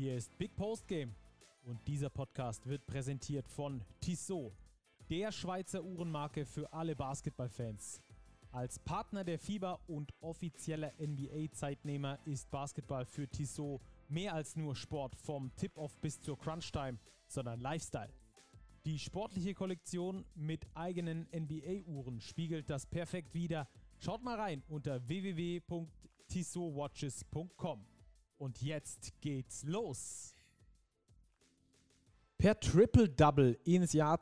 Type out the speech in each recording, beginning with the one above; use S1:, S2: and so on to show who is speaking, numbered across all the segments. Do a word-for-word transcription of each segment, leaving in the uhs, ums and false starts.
S1: Hier ist Big Post Game und dieser Podcast wird präsentiert von Tissot, der Schweizer Uhrenmarke für alle Basketballfans. Als Partner der FIBA und offizieller N B A-Zeitnehmer ist Basketball für Tissot mehr als nur Sport vom Tip-Off bis zur Crunch-Time, sondern Lifestyle. Die sportliche Kollektion mit eigenen N B A-Uhren spiegelt das perfekt wider. Schaut mal rein unter w w w punkt tissot watches punkt com. Und jetzt geht's los. Per Triple-Double ins Jahr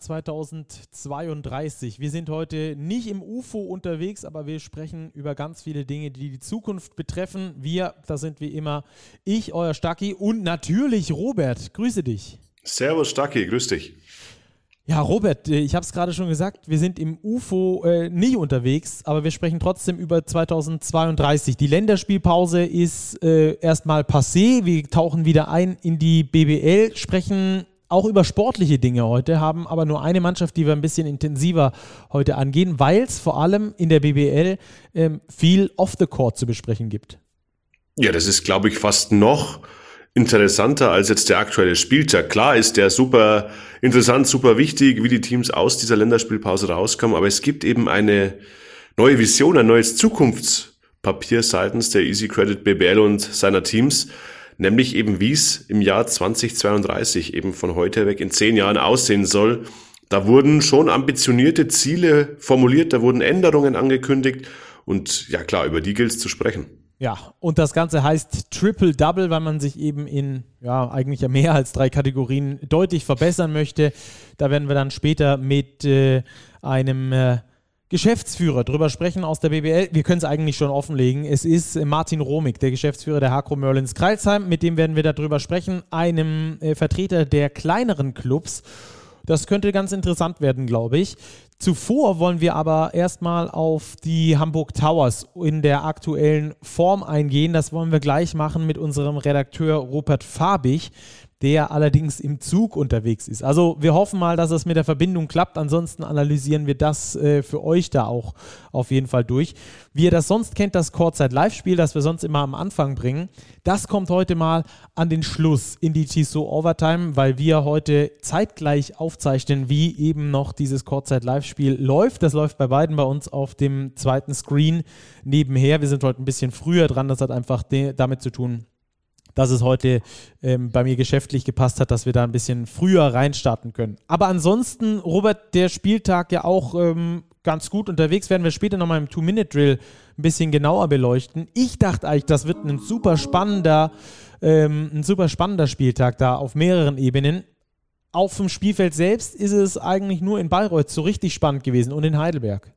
S1: zweitausendzweiunddreißig. Wir sind heute nicht im U F O unterwegs, aber wir sprechen über ganz viele Dinge, die die Zukunft betreffen. Wir, das sind wie immer ich, euer Stacki und natürlich Robert. Grüße dich.
S2: Servus Stacki, grüß dich.
S1: Ja, Robert, ich habe es gerade schon gesagt, wir sind im U F O äh, nicht unterwegs, aber wir sprechen trotzdem über zweitausendzweiunddreißig. Die Länderspielpause ist äh, erstmal passé, wir tauchen wieder ein in die B B L, sprechen auch über sportliche Dinge heute, haben aber nur eine Mannschaft, die wir ein bisschen intensiver heute angehen, weil es vor allem in der B B L ähm, viel off the court zu besprechen gibt.
S2: Ja, das ist, glaube ich, fast noch interessanter als jetzt der aktuelle Spieltag. Klar ist der super interessant, super wichtig, wie die Teams aus dieser Länderspielpause rauskommen, aber es gibt eben eine neue Vision, ein neues Zukunftspapier seitens der Easy Credit B B L und seiner Teams, nämlich eben wie es im Jahr zweitausendzweiunddreißig eben von heute weg in zehn Jahren aussehen soll. Da wurden schon ambitionierte Ziele formuliert, da wurden Änderungen angekündigt und ja klar, über die gilt es zu sprechen.
S1: Ja, und das Ganze heißt Triple-Double, weil man sich eben in, ja, eigentlich ja mehr als drei Kategorien deutlich verbessern möchte. Da werden wir dann später mit äh, einem äh, Geschäftsführer drüber sprechen aus der B B L. Wir können es eigentlich schon offenlegen. Es ist äh, Martin Romig, der Geschäftsführer der Hakro Merlins Crailsheim. Mit dem werden wir darüber sprechen. Einem äh, Vertreter der kleineren Clubs. Das könnte ganz interessant werden, glaube ich. Zuvor wollen wir aber erstmal auf die Hamburg Towers in der aktuellen Form eingehen. Das wollen wir gleich machen mit unserem Redakteur Rupert Fabich, der allerdings im Zug unterwegs ist. Also wir hoffen mal, dass es mit der Verbindung klappt. Ansonsten analysieren wir das äh, für euch da auch auf jeden Fall durch. Wie ihr das sonst kennt, das Courtside-Live-Spiel, das wir sonst immer am Anfang bringen, das kommt heute mal an den Schluss in die Tissot Overtime, weil wir heute zeitgleich aufzeichnen, wie eben noch dieses Courtside-Live-Spiel läuft. Das läuft bei beiden bei uns auf dem zweiten Screen nebenher. Wir sind heute ein bisschen früher dran. Das hat einfach de- damit zu tun, dass es heute ähm, bei mir geschäftlich gepasst hat, dass wir da ein bisschen früher reinstarten können. Aber ansonsten, Robert, der Spieltag ja auch ähm, ganz gut unterwegs, werden wir später nochmal im Two-Minute-Drill ein bisschen genauer beleuchten. Ich dachte eigentlich, das wird ein super spannender, ähm, ein super spannender Spieltag da auf mehreren Ebenen. Auf dem Spielfeld selbst ist es eigentlich nur in Bayreuth so richtig spannend gewesen und in Heidelberg.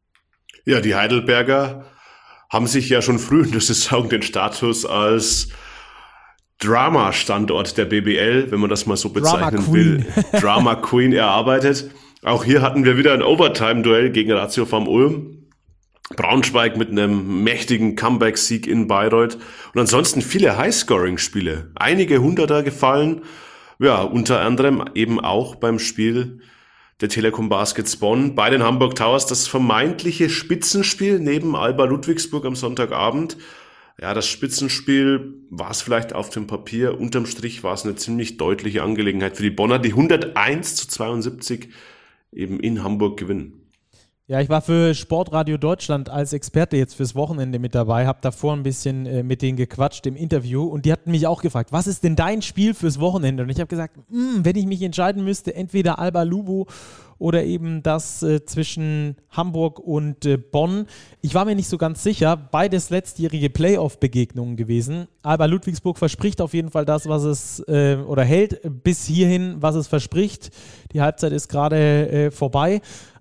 S2: Ja, die Heidelberger haben sich ja schon früh in der Saison den Status als Drama-Standort der B B L, wenn man das mal so bezeichnen
S1: Drama
S2: will, Drama Queen erarbeitet. Auch hier hatten wir wieder ein Overtime-Duell gegen Ratio Farm Ulm. Braunschweig mit einem mächtigen Comeback-Sieg in Bayreuth. Und ansonsten viele High-Scoring-Spiele. Einige Hunderter gefallen. Ja, unter anderem eben auch beim Spiel der Telekom Baskets Bonn. Bei den Hamburg Towers das vermeintliche Spitzenspiel neben Alba Ludwigsburg am Sonntagabend. Ja, das Spitzenspiel war es vielleicht auf dem Papier. Unterm Strich war es eine ziemlich deutliche Angelegenheit für die Bonner, die hunderteins zu zweiundsiebzig eben in Hamburg gewinnen.
S1: Ja, ich war für Sportradio Deutschland als Experte jetzt fürs Wochenende mit dabei, habe davor ein bisschen äh, mit denen gequatscht im Interview und die hatten mich auch gefragt, was ist denn dein Spiel fürs Wochenende? Und ich habe gesagt, wenn ich mich entscheiden müsste, entweder Alba Lubo oder eben das äh, zwischen Hamburg und äh, Bonn. Ich war mir nicht so ganz sicher, beides letztjährige Playoff-Begegnungen gewesen. Alba Ludwigsburg verspricht auf jeden Fall das, was es, äh, oder hält bis hierhin, was es verspricht. Die Halbzeit ist gerade äh, vorbei.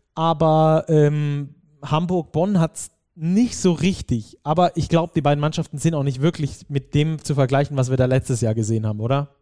S1: Aber ähm, Hamburg-Bonn hat es nicht so richtig. Aber ich glaube, die beiden Mannschaften sind auch nicht wirklich mit dem zu vergleichen, was wir da letztes Jahr gesehen haben, oder?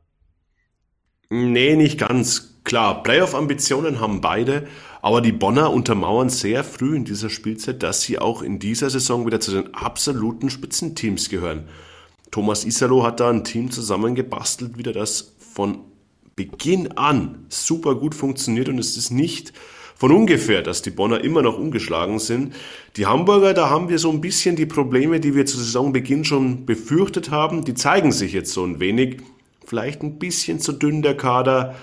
S2: Nee, nicht ganz. Klar, Playoff-Ambitionen haben beide, aber die Bonner untermauern sehr früh in dieser Spielzeit, dass sie auch in dieser Saison wieder zu den absoluten Spitzenteams gehören. Thomas Isalo hat da ein Team zusammengebastelt, wieder das von Beginn an super gut funktioniert und es ist nicht von ungefähr, dass die Bonner immer noch ungeschlagen sind. Die Hamburger, da haben wir so ein bisschen die Probleme, die wir zu Saisonbeginn schon befürchtet haben, die zeigen sich jetzt so ein wenig. vielleicht ein bisschen zu dünn der Kader.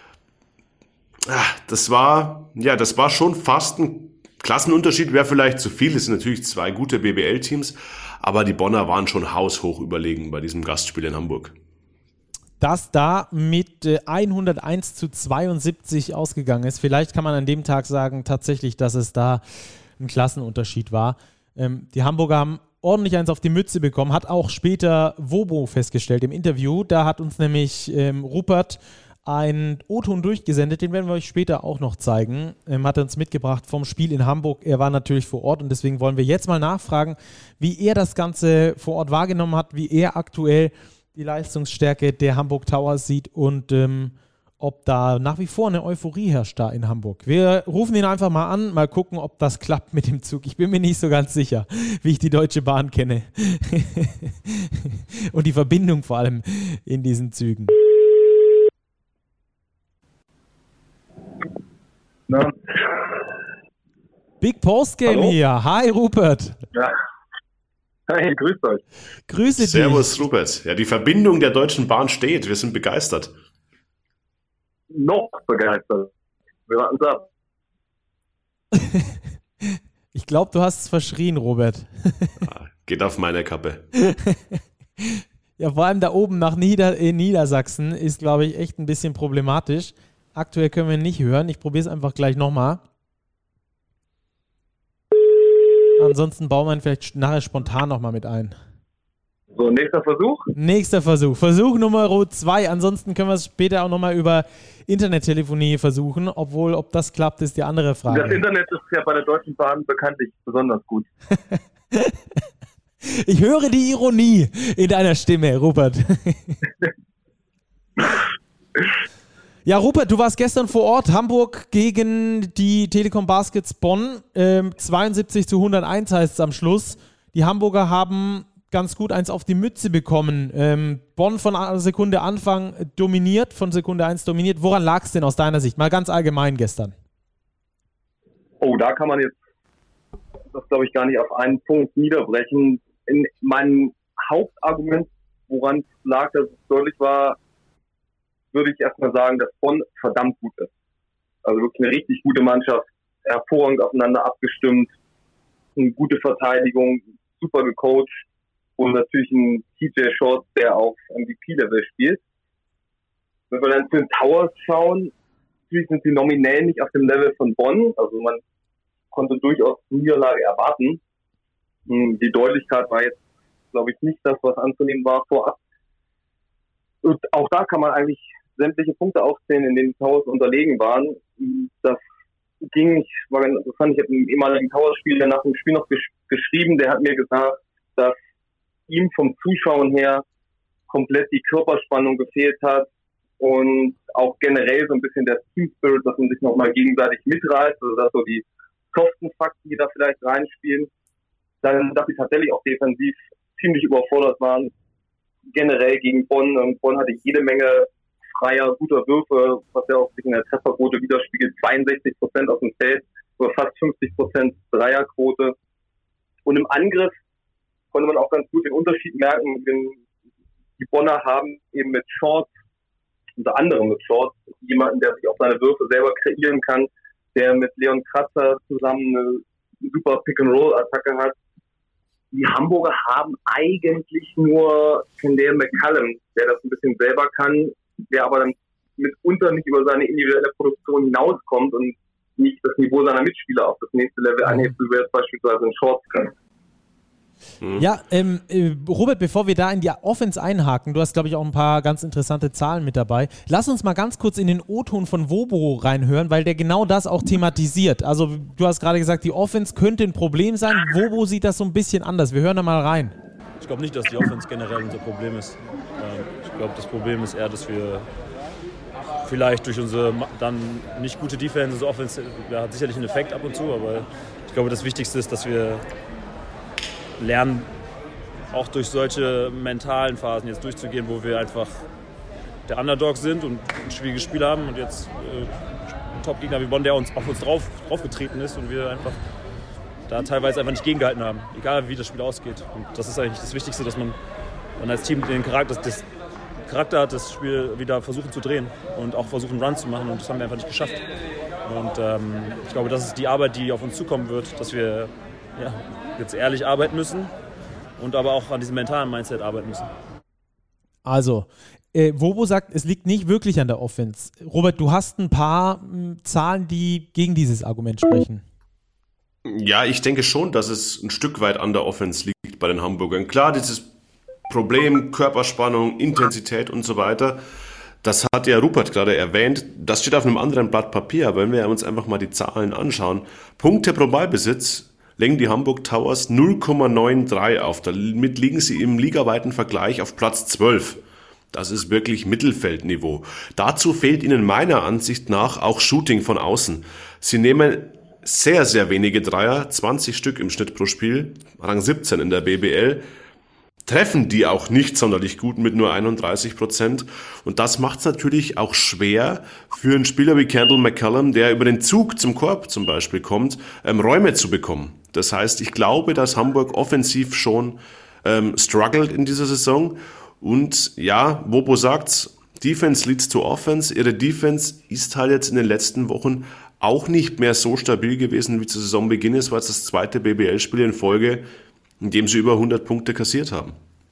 S2: Das war, ja, das war schon fast ein Klassenunterschied, wäre vielleicht zu viel. Es sind natürlich zwei gute B B L-Teams, aber die Bonner waren schon haushoch überlegen bei diesem Gastspiel in Hamburg.
S1: Das da mit äh, hunderteins zu zweiundsiebzig ausgegangen ist. Vielleicht kann man an dem Tag sagen, tatsächlich, dass es da ein Klassenunterschied war. Ähm, die Hamburger haben ordentlich eins auf die Mütze bekommen, hat auch später Wobo festgestellt im Interview. Da hat uns nämlich ähm, Rupert ein O-Ton durchgesendet, den werden wir euch später auch noch zeigen. Ähm, hat er uns mitgebracht vom Spiel in Hamburg. Er war natürlich vor Ort und deswegen wollen wir jetzt mal nachfragen, wie er das Ganze vor Ort wahrgenommen hat, wie er aktuell die Leistungsstärke der Hamburg Towers sieht und ähm, ob da nach wie vor eine Euphorie herrscht da in Hamburg. Wir rufen ihn einfach mal an, mal gucken, ob das klappt mit dem Zug. Ich bin mir nicht so ganz sicher, wie ich die Deutsche Bahn kenne. Und die Verbindung vor allem in diesen Zügen.
S3: Na?
S1: Big Postgame
S3: Hallo?
S1: hier. Hi Rupert.
S3: Ja. Hi, grüßt euch.
S1: Grüße dich.
S2: Servus Rupert. Ja, die Verbindung der Deutschen Bahn steht. Wir sind begeistert.
S3: Noch begeistert. Wir warten es ab.
S1: Ich glaube, du hast es verschrien, Robert.
S2: Ah, geht auf meine Kappe.
S1: Ja, vor allem da oben nach Nieder- in Niedersachsen ist, glaube ich, echt ein bisschen problematisch. Aktuell können wir ihn nicht hören. Ich probiere es einfach gleich nochmal. Ansonsten bauen wir ihn vielleicht nachher spontan nochmal mit ein.
S3: So, nächster Versuch.
S1: Nächster Versuch. Versuch Nummer zwei. Ansonsten können wir es später auch nochmal über Internettelefonie versuchen. Obwohl, ob das klappt, ist die andere Frage.
S3: Das Internet ist ja bei der Deutschen Bahn bekanntlich besonders gut.
S1: Ich höre die Ironie in deiner Stimme, Rupert. Ja, Rupert, du warst gestern vor Ort, Hamburg gegen die Telekom Baskets Bonn. Ähm, zweiundsiebzig zu hunderteins heißt es am Schluss. Die Hamburger haben ganz gut eins auf die Mütze bekommen. Ähm, Bonn von Sekunde Anfang dominiert, von Sekunde eins dominiert. Woran lag es denn aus deiner Sicht? Mal ganz allgemein gestern.
S3: Oh, da kann man jetzt das, glaube ich, gar nicht auf einen Punkt niederbrechen. In meinem Hauptargument, woran es lag, dass es deutlich war, würde ich erstmal sagen, dass Bonn verdammt gut ist. Also wirklich eine richtig gute Mannschaft, hervorragend aufeinander abgestimmt, eine gute Verteidigung, super gecoacht und natürlich ein T J Short, der auf M V P-Level spielt. Wenn wir dann zu den Towers schauen, natürlich sind sie nominell nicht auf dem Level von Bonn, also man konnte durchaus eine Niederlage erwarten. Die Deutlichkeit war jetzt, glaube ich, nicht das, was anzunehmen war vorab. Und auch da kann man eigentlich sämtliche Punkte aufzählen, in denen die Towers unterlegen waren. Das ging, ich war ganz interessant, ich habe einen ehemaligen Towers-Spieler nach dem Spiel noch gesch- geschrieben, der hat mir gesagt, dass ihm vom Zuschauen her komplett die Körperspannung gefehlt hat und auch generell so ein bisschen der Team-Spirit, dass man sich nochmal gegenseitig mitreißt, also dass so die soften Fakten, die da vielleicht reinspielen, dann, dass sie tatsächlich auch defensiv ziemlich überfordert waren, generell gegen Bonn. Und Bonn hatte jede Menge freier, guter Würfe, was ja auch sich in der Trefferquote widerspiegelt. zweiundsechzig Prozent aus dem Feld, über fast fünfzig Prozent Dreierquote. Und im Angriff konnte man auch ganz gut den Unterschied merken. Die Bonner haben eben mit Shorts, unter anderem mit Shorts, jemanden, der sich auch seine Würfe selber kreieren kann, der mit Leon Kratzer zusammen eine super Pick-and-Roll-Attacke hat. Die Hamburger haben eigentlich nur Kendall McCallum, der das ein bisschen selber kann, der aber dann mitunter nicht über seine individuelle Produktion hinauskommt und nicht das Niveau seiner Mitspieler auf das nächste Level anhebt, wie wir jetzt beispielsweise in Shorts können.
S1: Mhm. Ja, ähm, äh, Robert, bevor wir da in die Offense einhaken, du hast, glaube ich, auch ein paar ganz interessante Zahlen mit dabei. Lass uns mal ganz kurz in den O-Ton von Wobo reinhören, weil der genau das auch thematisiert. Also du hast gerade gesagt, die Offense könnte ein Problem sein. Wobo sieht das so ein bisschen anders. Wir hören da mal rein.
S4: Ich glaube nicht, dass die Offense generell unser Problem ist. Ich glaube, das Problem ist eher, dass wir vielleicht durch unsere dann nicht gute Defense, unsere Offense ja, hat sicherlich einen Effekt ab und zu, aber ich glaube, das Wichtigste ist, dass wir lernen, auch durch solche mentalen Phasen jetzt durchzugehen, wo wir einfach der Underdog sind und ein schwieriges Spiel haben und jetzt äh, ein Top-Gegner wie Bonn, der uns auf uns drauf, draufgetreten ist und wir einfach da teilweise einfach nicht gegengehalten haben, egal wie das Spiel ausgeht. Und das ist eigentlich das Wichtigste, dass man dann als Team den Charakter, das, Charakter hat, das Spiel wieder versuchen zu drehen und auch versuchen, Runs zu machen. Und das haben wir einfach nicht geschafft. Und ähm, ich glaube, das ist die Arbeit, die auf uns zukommen wird, dass wir ja, jetzt ehrlich arbeiten müssen und aber auch an diesem mentalen Mindset arbeiten müssen.
S1: Also, äh, Wobo sagt, es liegt nicht wirklich an der Offense. Robert, du hast ein paar m, Zahlen, die gegen dieses Argument sprechen.
S2: Ja, ich denke schon, dass es ein Stück weit an der Offense liegt bei den Hamburgern. Klar, dieses Problem, Körperspannung, Intensität und so weiter, das hat ja Rupert gerade erwähnt, das steht auf einem anderen Blatt Papier, aber wenn wir uns einfach mal die Zahlen anschauen, Punkte pro Ballbesitz legen die Hamburg Towers null Komma neununddreißig auf, damit liegen sie im ligaweiten Vergleich auf Platz zwölf. Das ist wirklich Mittelfeldniveau. Dazu fehlt ihnen meiner Ansicht nach auch Shooting von außen. Sie nehmen sehr, sehr wenige Dreier, zwanzig Stück im Schnitt pro Spiel, Rang siebzehn in der B B L, treffen die auch nicht sonderlich gut mit nur einunddreißig Prozent. Und das macht es natürlich auch schwer für einen Spieler wie Kendall McCallum, der über den Zug zum Korb zum Beispiel kommt, ähm, Räume zu bekommen. Das heißt, ich glaube, dass Hamburg offensiv schon ähm, struggelt in dieser Saison. Und ja, Bobo sagt's, Defense leads to Offense. Ihre Defense ist halt jetzt in den letzten Wochen auch nicht mehr so stabil gewesen wie zu Saisonbeginn. Es war jetzt das zweite B B L-Spiel in Folge, in dem sie über hundert Punkte kassiert haben.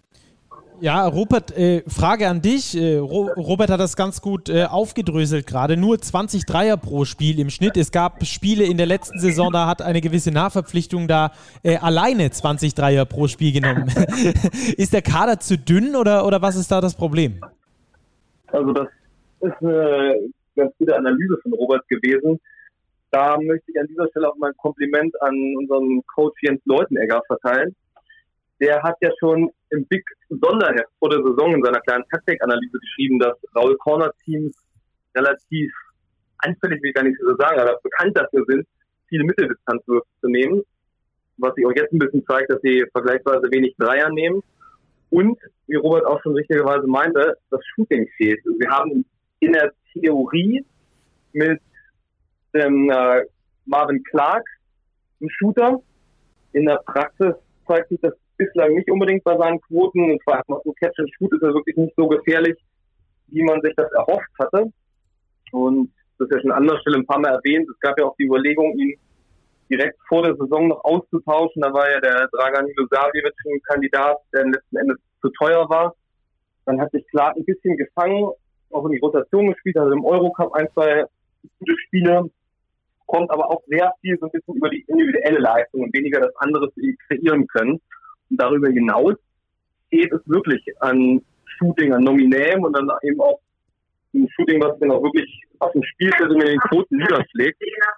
S1: Ja, Robert, äh, Frage an dich. Äh, Ro- Robert hat das ganz gut äh, aufgedröselt gerade. Nur zwanzig Dreier pro Spiel im Schnitt. Es gab Spiele in der letzten Saison, da hat eine gewisse Nachverpflichtung da äh, alleine zwanzig Dreier pro Spiel genommen. Ist der Kader zu dünn oder, oder was ist da das Problem?
S3: Also das ist eine ganz gute Analyse von Robert gewesen. Da möchte ich an dieser Stelle auch mal ein Kompliment an unseren Coach Jens Leutenegger verteilen. Der hat ja schon im Big Sonderheft vor der Saison in seiner kleinen Taktikanalyse geschrieben, dass Raul Corner Teams relativ anfällig, will ich gar nicht so sagen, aber bekannt dafür sind, viele Mitteldistanzwürfe zu nehmen. Was sich auch jetzt ein bisschen zeigt, dass sie vergleichsweise wenig Dreier nehmen. Und, wie Robert auch schon richtigerweise meinte, das Shooting fehlt. Wir haben in der Theorie mit dem äh, Marvin Clark einen Shooter. In der Praxis zeigt sich das bislang nicht unbedingt bei seinen Quoten. Und vor allem so Catch and Shoot ist er wirklich nicht so gefährlich, wie man sich das erhofft hatte. Und das ist ja schon an anderer Stelle ein paar Mal erwähnt. Es gab ja auch die Überlegung, ihn direkt vor der Saison noch auszutauschen. Da war ja der Dragan Milosavljevic ein Kandidat, der letzten Endes zu teuer war. Dann hat sich Clark ein bisschen gefangen, auch in die Rotation gespielt, also im Eurocup ein, zwei gute Spiele, kommt aber auch sehr viel so ein bisschen über die individuelle Leistung und weniger das andere für ihn kreieren können. Und darüber hinaus geht es wirklich an Shooting, an Nominälen und dann eben auch ein Shooting, was dann auch wirklich auf dem Spielfeld in den Quoten niederschlägt.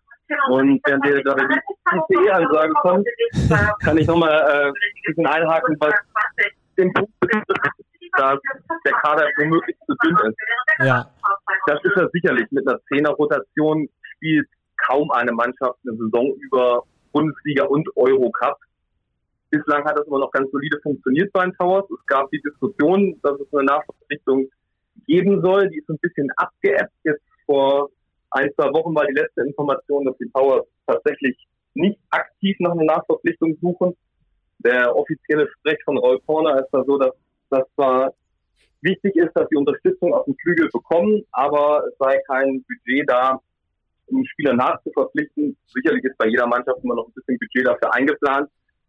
S3: Und während der gerade die C C E-Ansage kommt, kann ich nochmal äh, ein bisschen einhaken, was den Punkt betrifft, dass der Kader womöglich zu dünn ist.
S1: Ja.
S3: Das ist ja sicherlich. Mit einer Zehner-Rotation spielt kaum eine Mannschaft eine Saison über Bundesliga und Eurocup. Bislang hat das immer noch ganz solide funktioniert bei den Towers. Es gab die Diskussion, dass es eine Nachverpflichtung geben soll. Die ist ein bisschen abgeebbt. Jetzt vor ein, zwei Wochen war die letzte Information, dass die Towers tatsächlich nicht aktiv nach einer Nachverpflichtung suchen. Der offizielle Sprech von Raul Corner ist da so, dass das zwar wichtig ist, dass die Unterstützung auf dem Flügel bekommen, aber es sei kein Budget da, um Spieler nachzuverpflichten. Sicherlich ist bei jeder Mannschaft immer noch ein bisschen Budget dafür eingeplant,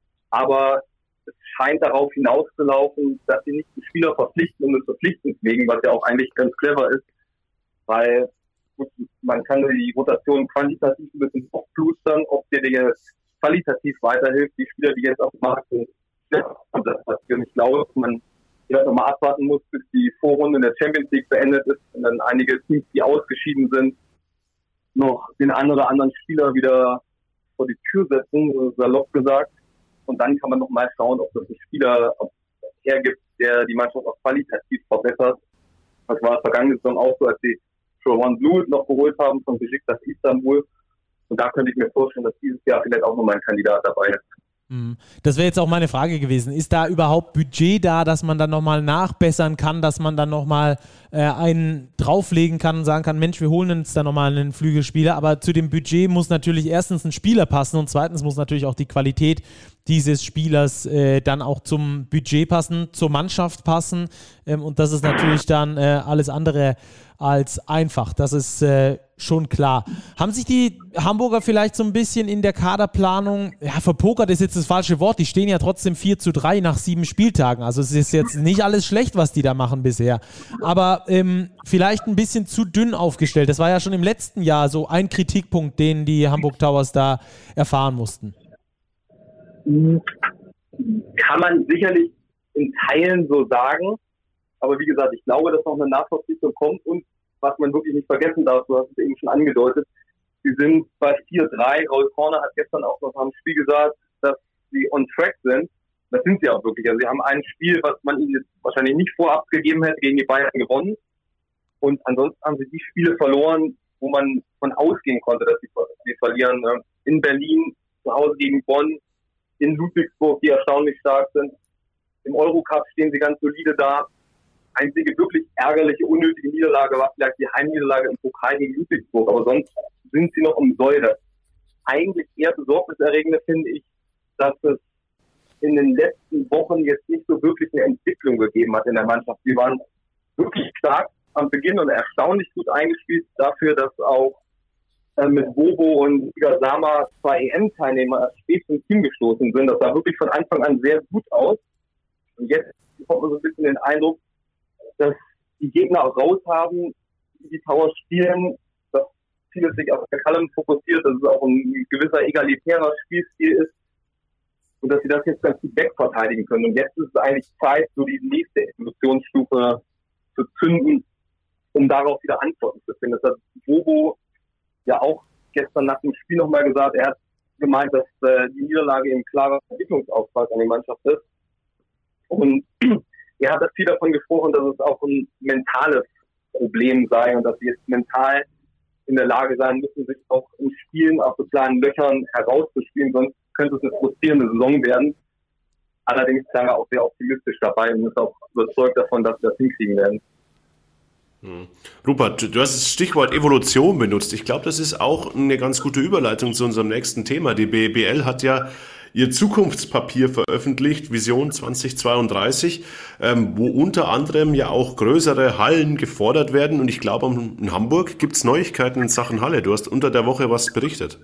S3: aber es scheint darauf hinauszulaufen, dass sie nicht den Spieler verpflichten um des Verpflichtens wegen, was ja auch eigentlich ganz clever ist, weil gut, man kann die Rotation quantitativ ein bisschen aufplustern, ob dir der qualitativ weiterhilft, die Spieler, die jetzt auf dem Markt sind. Und das, was ich glaube, man vielleicht nochmal abwarten muss, bis die Vorrunde in der Champions League beendet ist und dann einige Teams, die ausgeschieden sind, noch den einen oder anderen Spieler wieder vor die Tür setzen, so salopp gesagt. Und dann kann man nochmal schauen, ob das ein Spieler hergibt, der die Mannschaft auch qualitativ verbessert. Das war vergangene Saison auch so, als sie Sharon Blue noch geholt haben von Besiktas Istanbul. Und da könnte ich mir vorstellen, dass dieses Jahr vielleicht auch nochmal ein Kandidat dabei ist.
S1: Das wäre jetzt auch meine Frage gewesen. Ist da überhaupt Budget da, dass man dann nochmal nachbessern kann, dass man dann nochmal äh, einen drauflegen kann und sagen kann, Mensch, wir holen uns da nochmal einen Flügelspieler. Aber zu dem Budget muss natürlich erstens ein Spieler passen und zweitens muss natürlich auch die Qualität dieses Spielers äh, dann auch zum Budget passen, zur Mannschaft passen. Ähm, und das ist natürlich dann äh, alles andere als einfach. Das ist äh, schon klar. Haben sich die Hamburger vielleicht so ein bisschen in der Kaderplanung, ja, verpokert ist jetzt das falsche Wort, die stehen ja trotzdem vier zu drei nach sieben Spieltagen. Also es ist jetzt nicht alles schlecht, was die da machen bisher. Aber ähm, vielleicht ein bisschen zu dünn aufgestellt. Das war ja schon im letzten Jahr so ein Kritikpunkt, den die Hamburg Towers da erfahren mussten.
S3: Kann man sicherlich in Teilen so sagen. Aber wie gesagt, ich glaube, dass noch eine Nachverpflichtung kommt und was man wirklich nicht vergessen darf, du hast es eben schon angedeutet, sie sind bei vier drei. Raul Corner hat gestern auch noch am Spiel gesagt, dass sie on track sind. Das sind sie auch wirklich. Also sie haben ein Spiel, was man ihnen jetzt wahrscheinlich nicht vorab gegeben hätte, gegen die Bayern gewonnen. Und ansonsten haben sie die Spiele verloren, wo man von ausgehen konnte, dass sie, sie verlieren. In Berlin, zu Hause gegen Bonn, in Ludwigsburg, die erstaunlich stark sind. Im Eurocup stehen sie ganz solide da. Einzige wirklich ärgerliche, unnötige Niederlage war vielleicht die Heimniederlage im Pokal gegen Ludwigsburg, aber sonst sind sie noch im Säule. Eigentlich eher besorgniserregend finde ich, dass es in den letzten Wochen jetzt nicht so wirklich eine Entwicklung gegeben hat in der Mannschaft. Sie waren wirklich stark am Beginn und erstaunlich gut eingespielt dafür, dass auch äh, mit Bobo und Igasama zwei E M-Teilnehmer erst spät zum Team gestoßen sind. Das sah wirklich von Anfang an sehr gut aus. Und jetzt bekommt man so ein bisschen den Eindruck, dass die Gegner auch raus haben, die die Towers spielen, dass vieles sich auf der Kalem fokussiert, dass es auch ein gewisser egalitärer Spielstil ist und dass sie das jetzt ganz gut wegverteidigen können. Und jetzt ist es eigentlich Zeit, so die nächste Evolutionsstufe zu zünden, um darauf wieder Antworten zu finden. Das hat Bobo ja auch gestern nach dem Spiel nochmal gesagt. Er hat gemeint, dass äh, die Niederlage eben klarer Entwicklungsauftrag an die Mannschaft ist. Und er hat viel davon gesprochen, dass es auch ein mentales Problem sei und dass sie jetzt mental in der Lage sein müssen, sich auch in Spielen auf so kleinen Löchern herauszuspielen, sonst könnte es eine frustrierende Saison werden. Allerdings klang er auch sehr optimistisch dabei und ist auch überzeugt davon, dass wir das hinkriegen werden.
S2: Hm. Rupert, du hast das Stichwort Evolution benutzt. Ich glaube, das ist auch eine ganz gute Überleitung zu unserem nächsten Thema. Die B B L hat ja ihr Zukunftspapier veröffentlicht, Vision zwanzig zweiunddreißig, ähm, wo unter anderem ja auch größere Hallen gefordert werden. Und ich glaube, in Hamburg gibt es Neuigkeiten in Sachen Halle. Du hast unter der Woche was berichtet.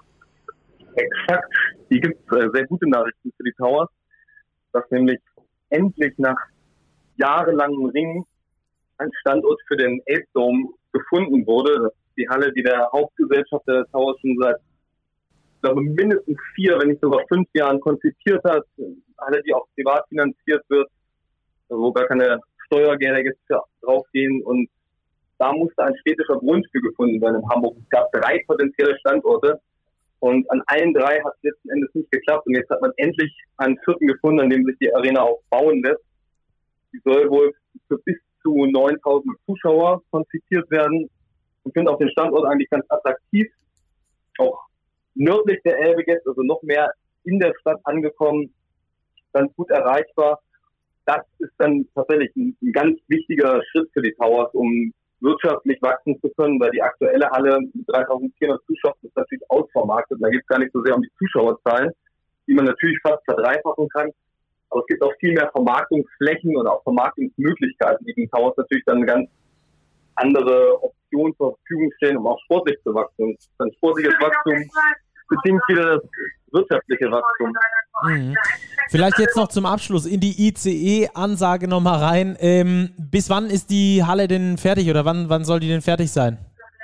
S3: Exakt. Hier gibt es äh, sehr gute Nachrichten für die Towers, dass nämlich endlich nach jahrelangem Ringen ein Standort für den Ape Dome gefunden wurde. Das ist die Halle, die der Hauptgesellschaft der Towers schon seit ich glaube, mindestens vier, wenn nicht sogar fünf Jahren konzipiert hat. Alle, die auch privat finanziert wird, wo gar keine Steuergelder jetzt draufgehen. Und da musste ein städtischer Grund für gefunden werden in Hamburg. Es gab drei potenzielle Standorte und an allen drei hat es letzten Endes nicht geklappt. Und jetzt hat man endlich einen vierten gefunden, an dem sich die Arena auch bauen lässt. Die soll wohl für bis zu neuntausend Zuschauer konzipiert werden. Ich finde auch den Standort eigentlich ganz attraktiv. Auch nördlich der Elbe jetzt, also noch mehr in der Stadt angekommen, ganz gut erreichbar. Das ist dann tatsächlich ein, ein ganz wichtiger Schritt für die Towers, um wirtschaftlich wachsen zu können, weil die aktuelle Halle mit dreitausendvierhundert Zuschauern ist natürlich ausvermarktet. Da geht es gar nicht so sehr um die Zuschauerzahlen, die man natürlich fast verdreifachen kann. Aber es gibt auch viel mehr Vermarktungsflächen und auch Vermarktungsmöglichkeiten, die den Towers natürlich dann eine ganz andere Option zur Verfügung stellen, um auch sportlich zu wachsen. Ein sportliches Wachstum bedingt wieder das wirtschaftliche Wachstum.
S1: Mhm. Vielleicht jetzt noch zum Abschluss in die I C E-Ansage nochmal rein. Ähm, bis wann ist die Halle denn fertig oder wann, wann soll die denn fertig sein?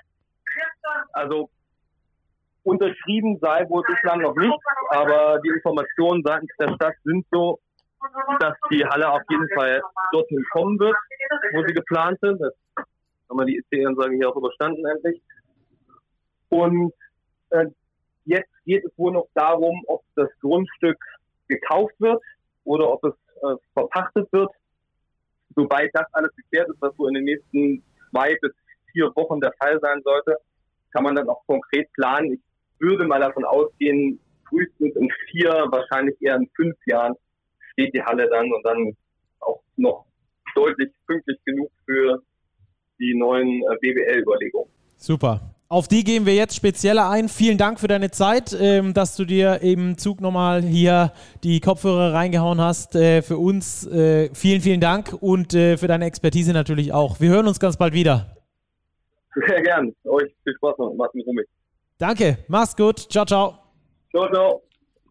S3: Also unterschrieben sei wohl bislang noch nicht, aber die Informationen seitens der Stadt sind so, dass die Halle auf jeden Fall dorthin kommen wird, wo sie geplant sind. Das haben wir die I C E-Ansage hier auch überstanden endlich. Und äh, jetzt geht es wohl noch darum, ob das Grundstück gekauft wird oder ob es äh, verpachtet wird. Sobald das alles geklärt ist, was so in den nächsten zwei bis vier Wochen der Fall sein sollte, kann man dann auch konkret planen. Ich würde mal davon ausgehen, frühestens in vier, wahrscheinlich eher in fünf Jahren steht die Halle dann und dann auch noch deutlich pünktlich genug für die neuen äh, B B L-Überlegungen.
S1: Super. Auf die gehen wir jetzt spezieller ein. Vielen Dank für deine Zeit, ähm, dass du dir im Zug nochmal hier die Kopfhörer reingehauen hast. Äh, für uns äh, vielen, vielen Dank und äh, für deine Expertise natürlich auch. Wir hören uns ganz bald wieder.
S3: Sehr gern. Euch viel Spaß noch. Martin Rummig.
S1: Danke. Mach's gut. Ciao, ciao.
S3: Ciao, ciao.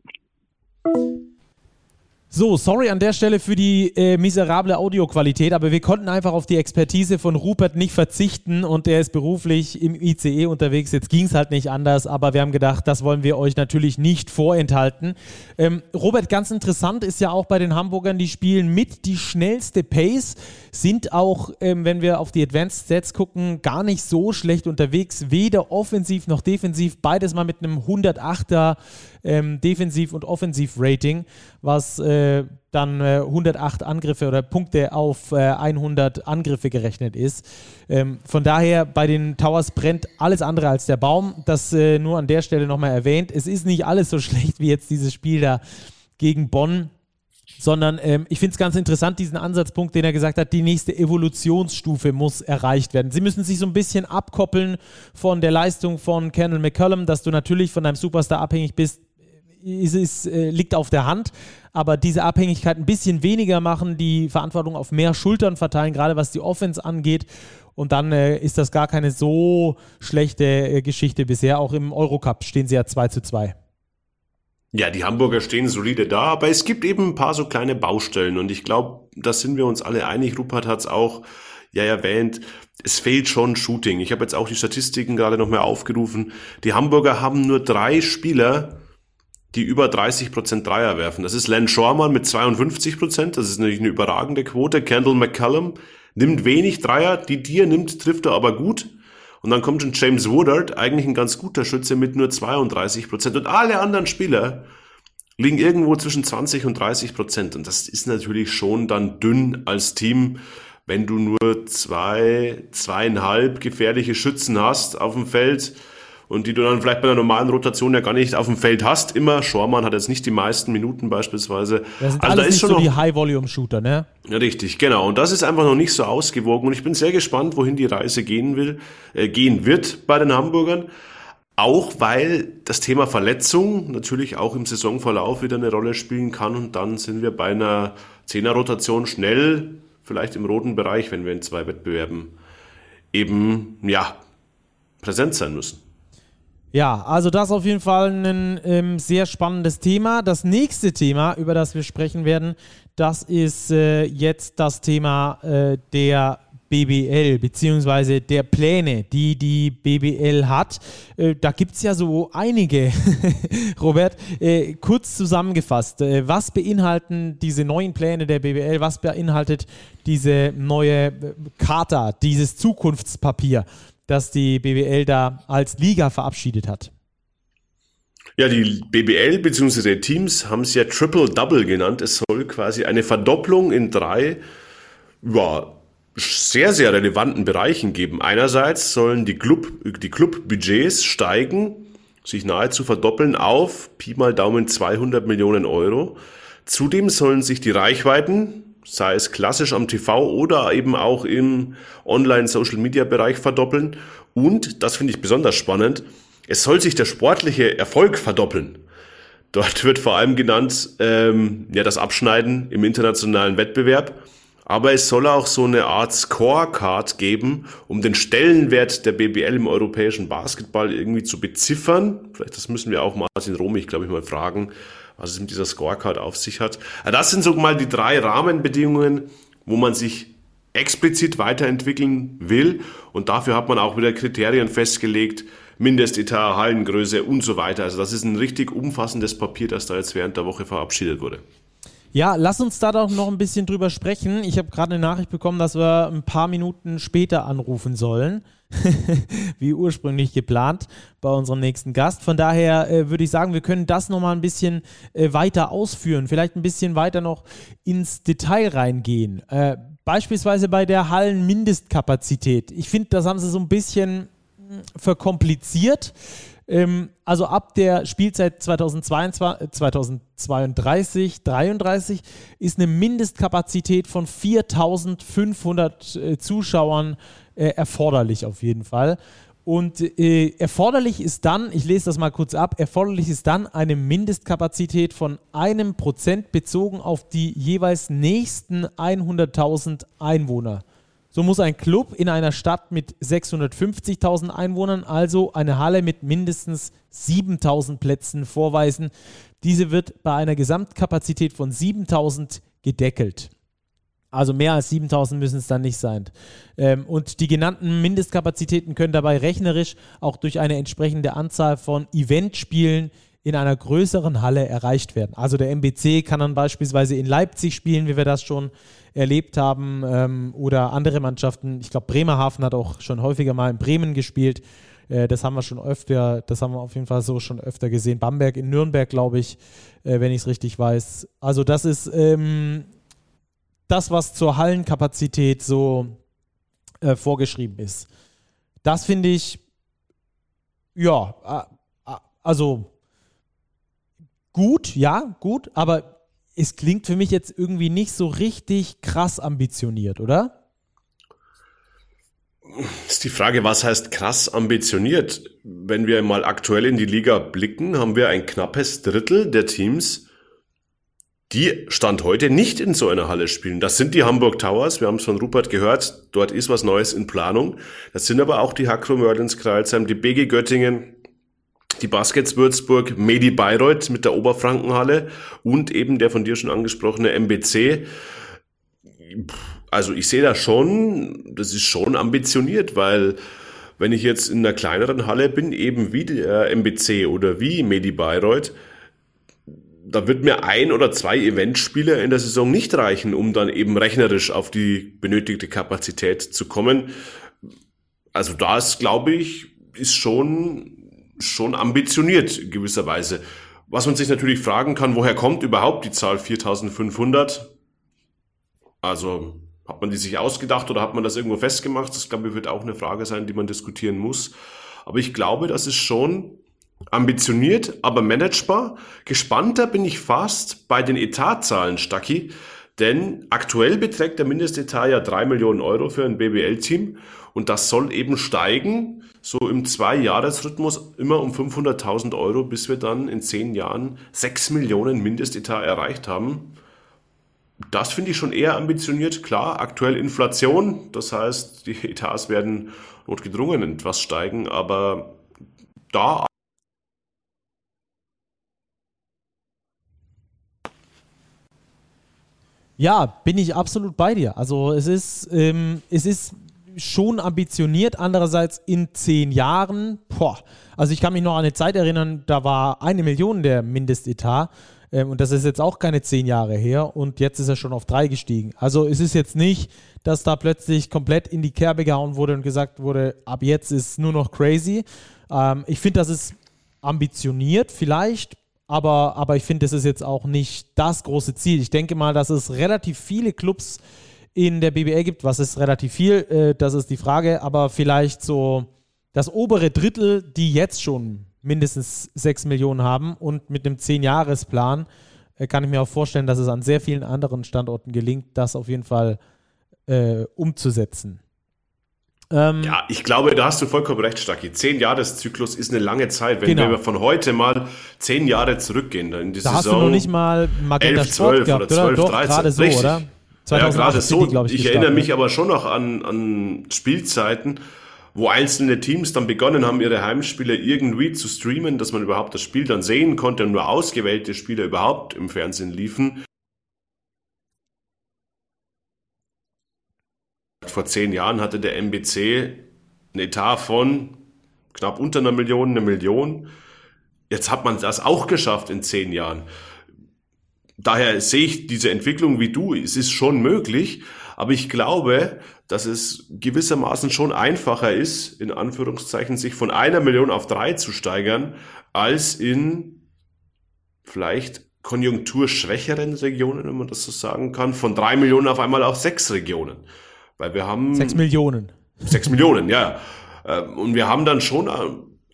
S1: So, sorry an der Stelle für die äh, miserable Audioqualität, aber wir konnten einfach auf die Expertise von Rupert nicht verzichten und der ist beruflich im I C E unterwegs. Jetzt ging es halt nicht anders, aber wir haben gedacht, das wollen wir euch natürlich nicht vorenthalten. Ähm, Robert, ganz interessant ist ja auch bei den Hamburgern, die spielen mit die schnellste Pace, sind auch, ähm, wenn wir auf die Advanced Stats gucken, gar nicht so schlecht unterwegs, weder offensiv noch defensiv, beides mal mit einem hundertachter ähm, Defensiv- und Offensiv-Rating, was äh, dann äh, hundertacht Angriffe oder Punkte auf äh, hundert Angriffe gerechnet ist. Ähm, von daher bei den Towers brennt alles andere als der Baum. Das äh, nur an der Stelle nochmal erwähnt. Es ist nicht alles so schlecht wie jetzt dieses Spiel da gegen Bonn, sondern ähm, ich finde es ganz interessant, diesen Ansatzpunkt, den er gesagt hat, die nächste Evolutionsstufe muss erreicht werden. Sie müssen sich so ein bisschen abkoppeln von der Leistung von Kendall McCollum, dass du natürlich von deinem Superstar abhängig bist, ist, ist, äh, liegt auf der Hand, aber diese Abhängigkeit ein bisschen weniger machen, die Verantwortung auf mehr Schultern verteilen, gerade was die Offense angeht, und dann äh, ist das gar keine so schlechte äh, Geschichte bisher. Auch im Eurocup stehen sie ja zwei zu zwei.
S2: Ja, die Hamburger stehen solide da, aber es gibt eben ein paar so kleine Baustellen und ich glaube, da sind wir uns alle einig. Rupert hat es auch ja erwähnt, es fehlt schon Shooting. Ich habe jetzt auch die Statistiken gerade noch mal aufgerufen. Die Hamburger haben nur drei Spieler, die über dreißig Prozent Dreier werfen. Das ist Len Schormann mit zweiundfünfzig Prozent, das ist natürlich eine überragende Quote. Kendall McCollum nimmt wenig Dreier, die die er nimmt, trifft er aber gut. Und dann kommt schon James Woodard, eigentlich ein ganz guter Schütze mit nur zweiunddreißig Prozent. Und alle anderen Spieler liegen irgendwo zwischen zwanzig und dreißig Prozent. Und das ist natürlich schon dann dünn als Team, wenn du nur zwei, zweieinhalb gefährliche Schützen hast auf dem Feld und die du dann vielleicht bei einer normalen Rotation ja gar nicht auf dem Feld hast. Immer, Schormann hat jetzt nicht die meisten Minuten beispielsweise.
S1: Das sind
S2: also
S1: alles
S2: da ist
S1: nicht
S2: schon
S1: so
S2: noch
S1: die High-Volume-Shooter, ne?
S2: Ja, richtig, genau. Und das ist einfach noch nicht so ausgewogen. Und ich bin sehr gespannt, wohin die Reise gehen will, äh, gehen wird bei den Hamburgern. Auch weil das Thema Verletzung natürlich auch im Saisonverlauf wieder eine Rolle spielen kann. Und dann sind wir bei einer Zehner-Rotation schnell, vielleicht im roten Bereich, wenn wir in zwei Wettbewerben eben, ja, präsent sein müssen.
S1: Ja, also das ist auf jeden Fall ein ähm, sehr spannendes Thema. Das nächste Thema, über das wir sprechen werden, das ist äh, jetzt das Thema äh, der B B L, beziehungsweise der Pläne, die die B B L hat. Äh, da gibt es ja so einige, Robert. Äh, kurz zusammengefasst, äh, was beinhalten diese neuen Pläne der B B L, was beinhaltet diese neue äh, Charta, dieses Zukunftspapier, das die B B L da als Liga verabschiedet hat?
S2: Ja, die B B L bzw. Teams haben es ja Triple-Double genannt. Es soll quasi eine Verdopplung in drei ja, sehr, sehr relevanten Bereichen geben. Einerseits sollen die Club, die Clubbudgets steigen, sich nahezu verdoppeln auf Pi mal Daumen zweihundert Millionen Euro. Zudem sollen sich die Reichweiten, sei es klassisch am T V oder eben auch im Online-Social-Media-Bereich verdoppeln. Und, das finde ich besonders spannend, es soll sich der sportliche Erfolg verdoppeln. Dort wird vor allem genannt, ähm, ja, das Abschneiden im internationalen Wettbewerb. Aber es soll auch so eine Art Scorecard geben, um den Stellenwert der B B L im europäischen Basketball irgendwie zu beziffern. Vielleicht das müssen wir auch Martin Romig, glaube ich, mal fragen, was es mit dieser Scorecard auf sich hat. Das sind so mal die drei Rahmenbedingungen, wo man sich explizit weiterentwickeln will. Und dafür hat man auch wieder Kriterien festgelegt, Mindestetat, Hallengröße und so weiter. Also das ist ein richtig umfassendes Papier, das da jetzt während der Woche verabschiedet wurde.
S1: Ja, lass uns da doch noch ein bisschen drüber sprechen. Ich habe gerade eine Nachricht bekommen, dass wir ein paar Minuten später anrufen sollen, wie ursprünglich geplant bei unserem nächsten Gast. Von daher äh, würde ich sagen, wir können das nochmal ein bisschen äh, weiter ausführen, vielleicht ein bisschen weiter noch ins Detail reingehen. Äh, beispielsweise bei der Hallenmindestkapazität. Ich finde, das haben sie so ein bisschen verkompliziert. Ähm, also ab der Spielzeit zweitausendzweiundzwanzig, zweitausendzweiunddreißig, dreiunddreißig ist eine Mindestkapazität von viertausendfünfhundert äh, Zuschauern äh, erforderlich auf jeden Fall. Und äh, erforderlich ist dann, ich lese das mal kurz ab, erforderlich ist dann eine Mindestkapazität von einem Prozent bezogen auf die jeweils nächsten hunderttausend Einwohner. So muss ein Club in einer Stadt mit sechshundertfünfzigtausend Einwohnern also eine Halle mit mindestens siebentausend Plätzen vorweisen. Diese wird bei einer Gesamtkapazität von siebentausend gedeckelt. Also mehr als siebentausend müssen es dann nicht sein. Ähm, und die genannten Mindestkapazitäten können dabei rechnerisch auch durch eine entsprechende Anzahl von Eventspielen in einer größeren Halle erreicht werden. Also der M B C kann dann beispielsweise in Leipzig spielen, wie wir das schon erlebt haben, ähm, oder andere Mannschaften. Ich glaube, Bremerhaven hat auch schon häufiger mal in Bremen gespielt. Äh, das haben wir schon öfter, das haben wir auf jeden Fall so schon öfter gesehen. Bamberg in Nürnberg, glaube ich, äh, wenn ich es richtig weiß. Also das ist ähm, das, was zur Hallenkapazität so äh, vorgeschrieben ist. Das finde ich, ja, äh, also gut, ja, gut, aber es klingt für mich jetzt irgendwie nicht so richtig krass ambitioniert, oder?
S2: Ist die Frage, was heißt krass ambitioniert? Wenn wir mal aktuell in die Liga blicken, haben wir ein knappes Drittel der Teams, die Stand heute nicht in so einer Halle spielen. Das sind die Hamburg Towers, wir haben es von Rupert gehört, dort ist was Neues in Planung. Das sind aber auch die Hakro Merlins Kreilsheim, die B G Göttingen, die Baskets Würzburg, Medi Bayreuth mit der Oberfrankenhalle und eben der von dir schon angesprochene M B C. Also ich sehe da schon, das ist schon ambitioniert, weil wenn ich jetzt in einer kleineren Halle bin, eben wie der M B C oder wie Medi Bayreuth, da wird mir ein oder zwei Eventspiele in der Saison nicht reichen, um dann eben rechnerisch auf die benötigte Kapazität zu kommen. Also da ist, glaube ich, ist schon, schon ambitioniert gewisserweise. Was man sich natürlich fragen kann, woher kommt überhaupt die Zahl viertausendfünfhundert? Also hat man die sich ausgedacht oder hat man das irgendwo festgemacht? Das, glaube ich, wird auch eine Frage sein, die man diskutieren muss. Aber ich glaube, das ist schon ambitioniert, aber managebar. Gespannter bin ich fast bei den Etatzahlen, Stacki, denn aktuell beträgt der Mindestetat ja drei Millionen Euro für ein B B L-Team und das soll eben steigen, so im Zwei-Jahres-Rhythmus immer um fünfhunderttausend Euro, bis wir dann in zehn Jahren sechs Millionen Mindestetat erreicht haben. Das finde ich schon eher ambitioniert. Klar, aktuell Inflation, das heißt, die Etats werden notgedrungen etwas steigen, aber da
S1: Ja, bin ich absolut bei dir. Also es ist, ähm, es ist schon ambitioniert, andererseits in zehn Jahren, boah, also ich kann mich noch an eine Zeit erinnern, da war eine Million der Mindestetat ähm, und das ist jetzt auch keine zehn Jahre her und jetzt ist er schon auf drei gestiegen. Also es ist jetzt nicht, dass da plötzlich komplett in die Kerbe gehauen wurde und gesagt wurde, ab jetzt ist nur noch crazy. Ähm, ich finde, das ist ambitioniert vielleicht, Aber, aber ich finde, das ist jetzt auch nicht das große Ziel. Ich denke mal, dass es relativ viele Clubs in der B B L gibt. Was ist relativ viel? Äh, das ist die Frage. Aber vielleicht so das obere Drittel, die jetzt schon mindestens sechs Millionen haben und mit einem zehn-Jahres-Plan äh, kann ich mir auch vorstellen, dass es an sehr vielen anderen Standorten gelingt, das auf jeden Fall äh, umzusetzen.
S2: Ähm, ja, ich glaube, da hast du vollkommen recht, Stacki. Zehn-Jahres-Zyklus ist eine lange Zeit. Wenn genau. wir von heute mal zehn Jahre zurückgehen, dann in die
S1: da
S2: Saison
S1: hast du noch nicht mal Magenta
S2: elf, zwölf
S1: gehabt,
S2: oder zwölf,
S1: Doch,
S2: dreizehn.
S1: Gerade so,
S2: Richtig.
S1: oder?
S2: Ja, gerade so.
S1: Die, ich,
S2: ich erinnere mich aber schon noch an, an Spielzeiten, wo einzelne Teams dann begonnen haben, ihre Heimspiele irgendwie zu streamen, dass man überhaupt das Spiel dann sehen konnte und nur ausgewählte Spieler überhaupt im Fernsehen liefen. Vor zehn Jahren hatte der M B C ein Etat von knapp unter einer Million, eine Million. Jetzt hat man das auch geschafft in zehn Jahren. Daher sehe ich diese Entwicklung wie du. Es ist schon möglich, aber ich glaube, dass es gewissermaßen schon einfacher ist, in Anführungszeichen, sich von einer Million auf drei zu steigern, als in vielleicht konjunkturschwächeren Regionen, wenn man das so sagen kann, von drei Millionen auf einmal auf sechs Regionen. Weil wir haben...
S1: Sechs Millionen.
S2: Sechs Millionen, ja. Und wir haben dann schon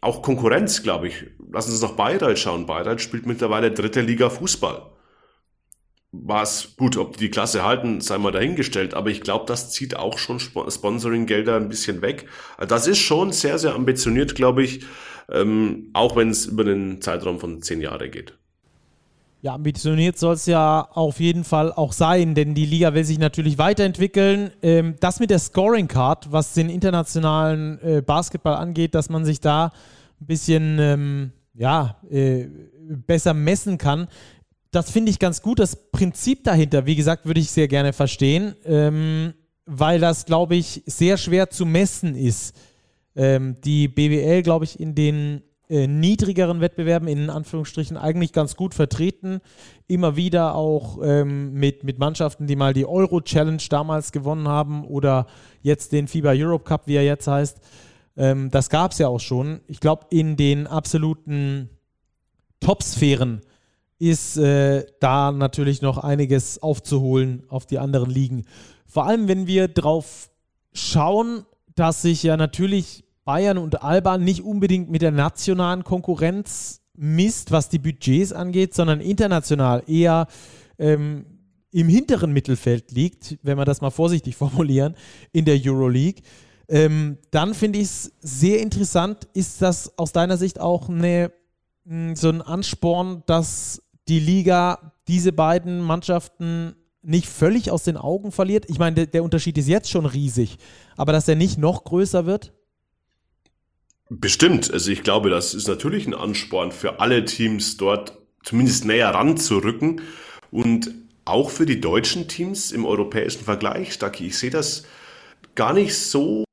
S2: auch Konkurrenz, glaube ich. Lassen Sie uns nach Bayreuth schauen. Bayreuth spielt mittlerweile dritte Liga Fußball. War es gut, ob die die Klasse halten, sei mal dahingestellt. Aber ich glaube, das zieht auch schon Sponsoring-Gelder ein bisschen weg. Das ist schon sehr, sehr ambitioniert, glaube ich, ähm, auch wenn es über den Zeitraum von zehn Jahre geht.
S1: Ja, ambitioniert soll es ja auf jeden Fall auch sein, denn die Liga will sich natürlich weiterentwickeln. Ähm, das mit der Scoring Card, was den internationalen äh, Basketball angeht, dass man sich da ein bisschen ähm, ja, äh, besser messen kann, das finde ich ganz gut. Das Prinzip dahinter, wie gesagt, würde ich sehr gerne verstehen, ähm, weil das, glaube ich, sehr schwer zu messen ist. Ähm, die B B L, glaube ich, in den äh, niedrigeren Wettbewerben, in Anführungsstrichen, eigentlich ganz gut vertreten. Immer wieder auch ähm, mit, mit Mannschaften, die mal die Euro-Challenge damals gewonnen haben oder jetzt den FIBA Europe Cup, wie er jetzt heißt. Ähm, das gab es ja auch schon. Ich glaube, in den absoluten Top-Sphären ist äh, da natürlich noch einiges aufzuholen auf die anderen Ligen. Vor allem, wenn wir drauf schauen, dass sich ja natürlich Bayern und Alba nicht unbedingt mit der nationalen Konkurrenz misst, was die Budgets angeht, sondern international eher ähm, im hinteren Mittelfeld liegt, wenn wir das mal vorsichtig formulieren, in der Euroleague. Ähm, dann finde ich es sehr interessant. Ist das aus deiner Sicht auch eine, so ein Ansporn, dass die Liga diese beiden Mannschaften nicht völlig aus den Augen verliert? Ich meine, der, der Unterschied ist jetzt schon riesig, aber dass er nicht noch größer wird?
S2: Bestimmt. Also ich glaube, das ist natürlich ein Ansporn für alle Teams, dort zumindest näher ranzurücken und auch für die deutschen Teams im europäischen Vergleich, Stacki. Ich sehe das gar nicht so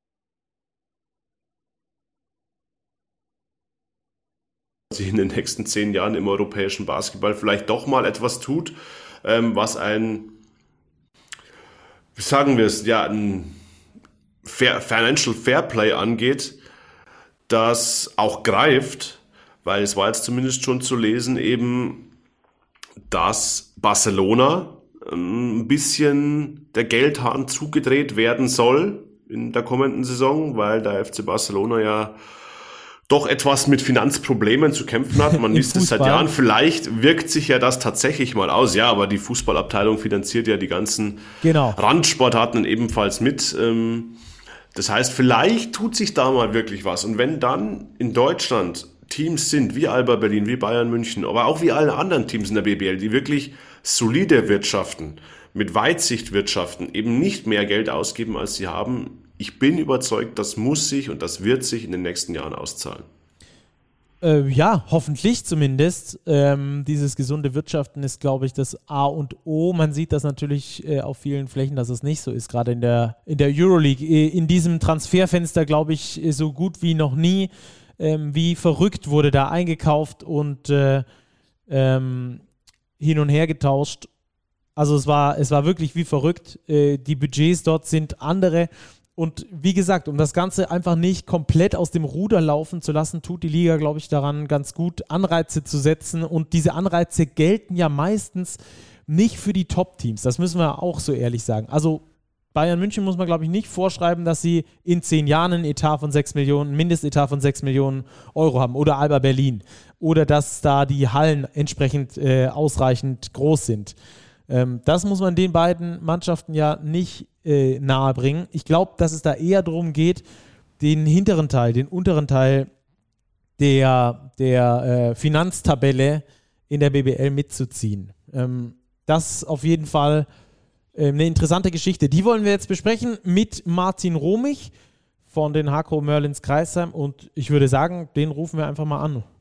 S2: sich in den nächsten zehn Jahren im europäischen Basketball vielleicht doch mal etwas tut, ähm, was ein, wie sagen wir es, ja, ein Fair, Financial Fairplay angeht, das auch greift, weil es war jetzt zumindest schon zu lesen eben, dass Barcelona ein bisschen der Geldhahn zugedreht werden soll in der kommenden Saison, weil der F C Barcelona ja doch etwas mit Finanzproblemen zu kämpfen hat. Man liest es seit Jahren. Vielleicht wirkt sich ja das tatsächlich mal aus. Ja, aber die Fußballabteilung finanziert ja die ganzen genau. Randsportarten ebenfalls mit. Das heißt, vielleicht tut sich da mal wirklich was. Und wenn dann in Deutschland Teams sind wie Alba Berlin, wie Bayern München, aber auch wie alle anderen Teams in der B B L, die wirklich solide wirtschaften, mit Weitsicht wirtschaften, eben nicht mehr Geld ausgeben, als sie haben, ich bin überzeugt, das muss sich und das wird sich in den nächsten Jahren auszahlen.
S1: Äh, ja, hoffentlich zumindest. Ähm, dieses gesunde Wirtschaften ist, glaube ich, das A und O. Man sieht das natürlich äh, auf vielen Flächen, dass es nicht so ist, gerade in der, in der Euroleague. Äh, in diesem Transferfenster, glaube ich, so gut wie noch nie. Ähm, wie verrückt wurde da eingekauft und äh, ähm, hin und her getauscht. Also es war, es war wirklich wie verrückt. Äh, die Budgets dort sind andere. Und wie gesagt, um das Ganze einfach nicht komplett aus dem Ruder laufen zu lassen, tut die Liga, glaube ich, daran ganz gut, Anreize zu setzen. Und diese Anreize gelten ja meistens nicht für die Top-Teams. Das müssen wir auch so ehrlich sagen. Also Bayern München muss man, glaube ich, nicht vorschreiben, dass sie in zehn Jahren einen Etat von sechs Millionen, Mindestetat von sechs Millionen Euro haben. Oder Alba Berlin. Oder dass da die Hallen entsprechend äh, ausreichend groß sind. Ähm, das muss man den beiden Mannschaften ja nicht äh, nahebringen. Ich glaube, dass es da eher darum geht, den hinteren Teil, den unteren Teil der, der äh, Finanztabelle in der B B L mitzuziehen. Ähm, das auf jeden Fall äh, eine interessante Geschichte. Die wollen wir jetzt besprechen mit Martin Romig von den Hakro Merlins Kreisheim und ich würde sagen, den rufen wir einfach mal an.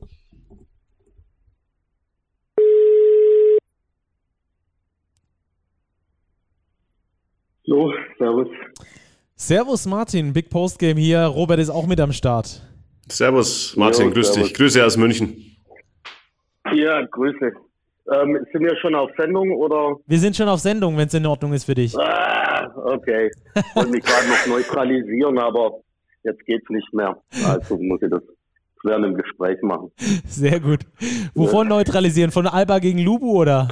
S3: Hallo, servus.
S1: Servus Martin, Big Post Game hier. Robert ist auch mit am Start.
S2: Servus Martin, jo, grüß servus. dich. Grüße aus München.
S3: Ja, Grüße. Ähm, sind wir schon auf Sendung oder?
S1: Wir sind schon auf Sendung, wenn es in Ordnung ist für dich.
S3: Ah, okay. Ich wollte mich gerade noch neutralisieren, aber jetzt geht's nicht mehr. Also muss ich das während dem Gespräch machen.
S1: Sehr gut. Wovon ja. neutralisieren? Von Alba gegen Lubu oder?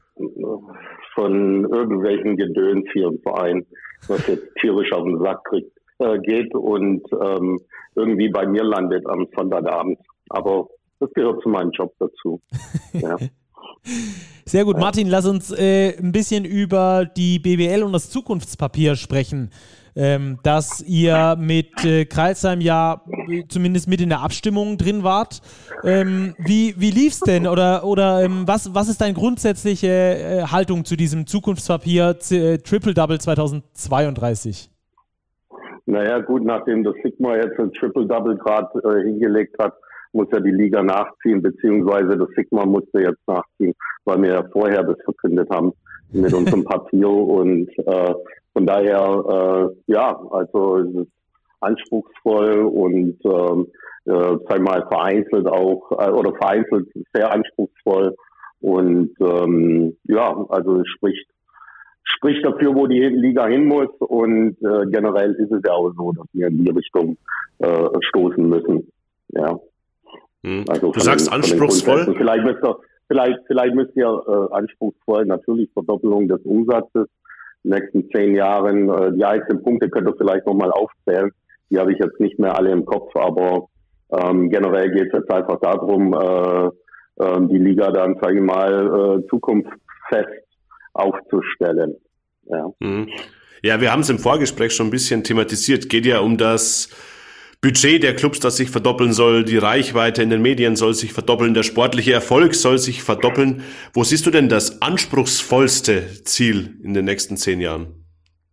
S3: Von irgendwelchen Gedöns hier im Verein, was jetzt tierisch auf den Sack kriegt, äh, geht und ähm,
S5: irgendwie bei mir landet am Sonntagabend. Aber das gehört zu meinem Job dazu. Ja.
S1: Sehr gut, Martin, lass uns äh, ein bisschen über die B B L und das Zukunftspapier sprechen, ähm, dass ihr mit äh, Crailsheim ja äh, zumindest mit in der Abstimmung drin wart. Ähm, wie wie lief's denn oder oder ähm, was was ist deine grundsätzliche äh, Haltung zu diesem Zukunftspapier äh, Triple Double zweitausendzweiunddreißig?
S5: Naja gut, nachdem das Sigma jetzt ein Triple Double gerade äh, hingelegt hat, muss ja die Liga nachziehen, beziehungsweise das Sigma musste jetzt nachziehen, weil wir ja vorher das verkündet haben mit unserem Papier und äh, von daher, äh, ja, also es ist anspruchsvoll und äh, äh, sag mal vereinzelt auch, äh, oder vereinzelt sehr anspruchsvoll und ähm, ja, also es spricht spricht dafür, wo die Liga hin muss und äh, generell ist es ja auch so, dass wir in die Richtung äh, stoßen müssen, ja.
S2: Also du sagst den, anspruchsvoll?
S5: Vielleicht müsst ihr, vielleicht, vielleicht müsst ihr äh, anspruchsvoll natürlich Verdoppelung des Umsatzes in den nächsten zehn Jahren. Äh, die einzelnen Punkte könnt ihr vielleicht nochmal aufzählen. Die habe ich jetzt nicht mehr alle im Kopf, aber ähm, generell geht es jetzt einfach darum, äh, äh, die Liga dann, sage ich mal, äh, zukunftsfest aufzustellen. Ja.
S2: Ja, wir haben es im Vorgespräch schon ein bisschen thematisiert. Geht ja um das Budget der Clubs, das sich verdoppeln soll, die Reichweite in den Medien soll sich verdoppeln, der sportliche Erfolg soll sich verdoppeln. Wo siehst du denn das anspruchsvollste Ziel in den nächsten zehn Jahren?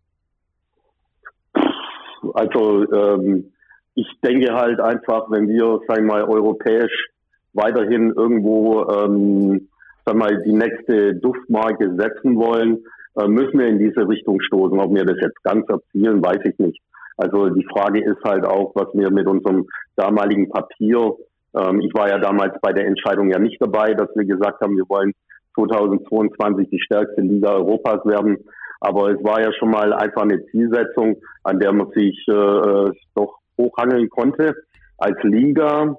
S5: Also ähm, ich denke halt einfach, wenn wir, sagen wir mal, europäisch weiterhin irgendwo, ähm, sagen wir mal, die nächste Duftmarke setzen wollen, äh, müssen wir in diese Richtung stoßen. Ob wir das jetzt ganz erzielen, weiß ich nicht. Also die Frage ist halt auch, was wir mit unserem damaligen Papier, ähm, ich war ja damals bei der Entscheidung ja nicht dabei, dass wir gesagt haben, wir wollen zweitausendzweiundzwanzig die stärkste Liga Europas werden. Aber es war ja schon mal einfach eine Zielsetzung, an der man sich äh, doch hochhangeln konnte als Liga.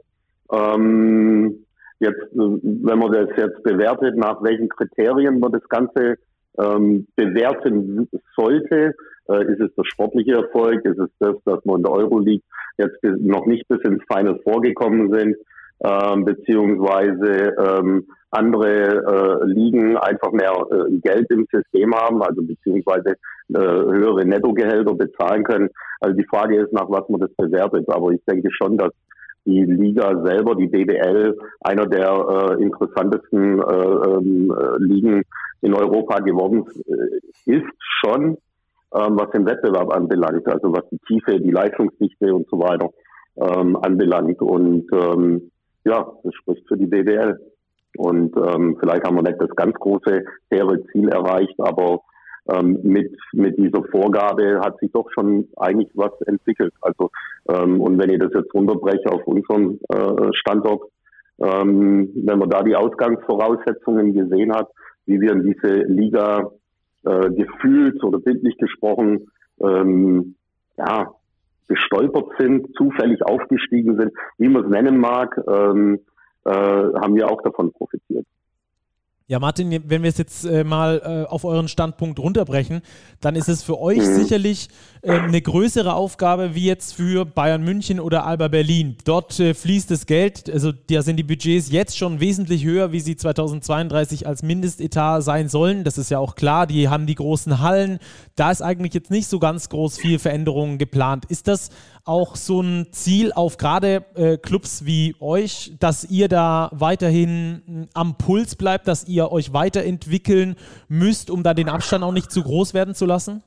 S5: Ähm, jetzt, wenn man das jetzt bewertet, nach welchen Kriterien man das Ganze ähm, bewerten sollte, äh, ist es der sportliche Erfolg, ist es das, dass wir in der Euroleague jetzt noch nicht bis ins Final vorgekommen sind, ähm, beziehungsweise ähm, andere äh, Ligen einfach mehr äh, Geld im System haben, also beziehungsweise äh, höhere Nettogehälter bezahlen können. Also die Frage ist, nach was man das bewertet. Aber ich denke schon, dass die Liga selber, die B B L, einer der äh, interessantesten äh, äh, Ligen in Europa geworden äh, ist schon, ähm, was den Wettbewerb anbelangt, also was die Tiefe, die Leistungsdichte und so weiter ähm, anbelangt. Und ähm, ja, das spricht für die B B L. Und ähm, vielleicht haben wir nicht das ganz große, hehre Ziel erreicht, aber ähm, mit mit dieser Vorgabe hat sich doch schon eigentlich was entwickelt. Also ähm, und wenn ich das jetzt runterbreche auf unseren äh, Standort, ähm, wenn man da die Ausgangsvoraussetzungen gesehen hat, wie wir in diese Liga äh, gefühlt oder bildlich gesprochen ähm, ja gestolpert sind, zufällig aufgestiegen sind, wie man es nennen mag, ähm, äh, haben wir auch davon profitiert.
S1: Ja, Martin, wenn wir es jetzt äh, mal äh, auf euren Standpunkt runterbrechen, dann ist es für euch mhm. sicherlich äh, eine größere Aufgabe wie jetzt für Bayern München oder Alba Berlin. Dort äh, fließt das Geld, also da sind die Budgets jetzt schon wesentlich höher, wie sie zweitausendzweiunddreißig als Mindestetat sein sollen. Das ist ja auch klar, die haben die großen Hallen. Da ist eigentlich jetzt nicht so ganz groß viel Veränderungen geplant. Ist das auch so ein Ziel auf gerade äh, Clubs wie euch, dass ihr da weiterhin mh, am Puls bleibt, dass ihr euch weiterentwickeln müsst, um da den Abstand auch nicht zu groß werden zu lassen?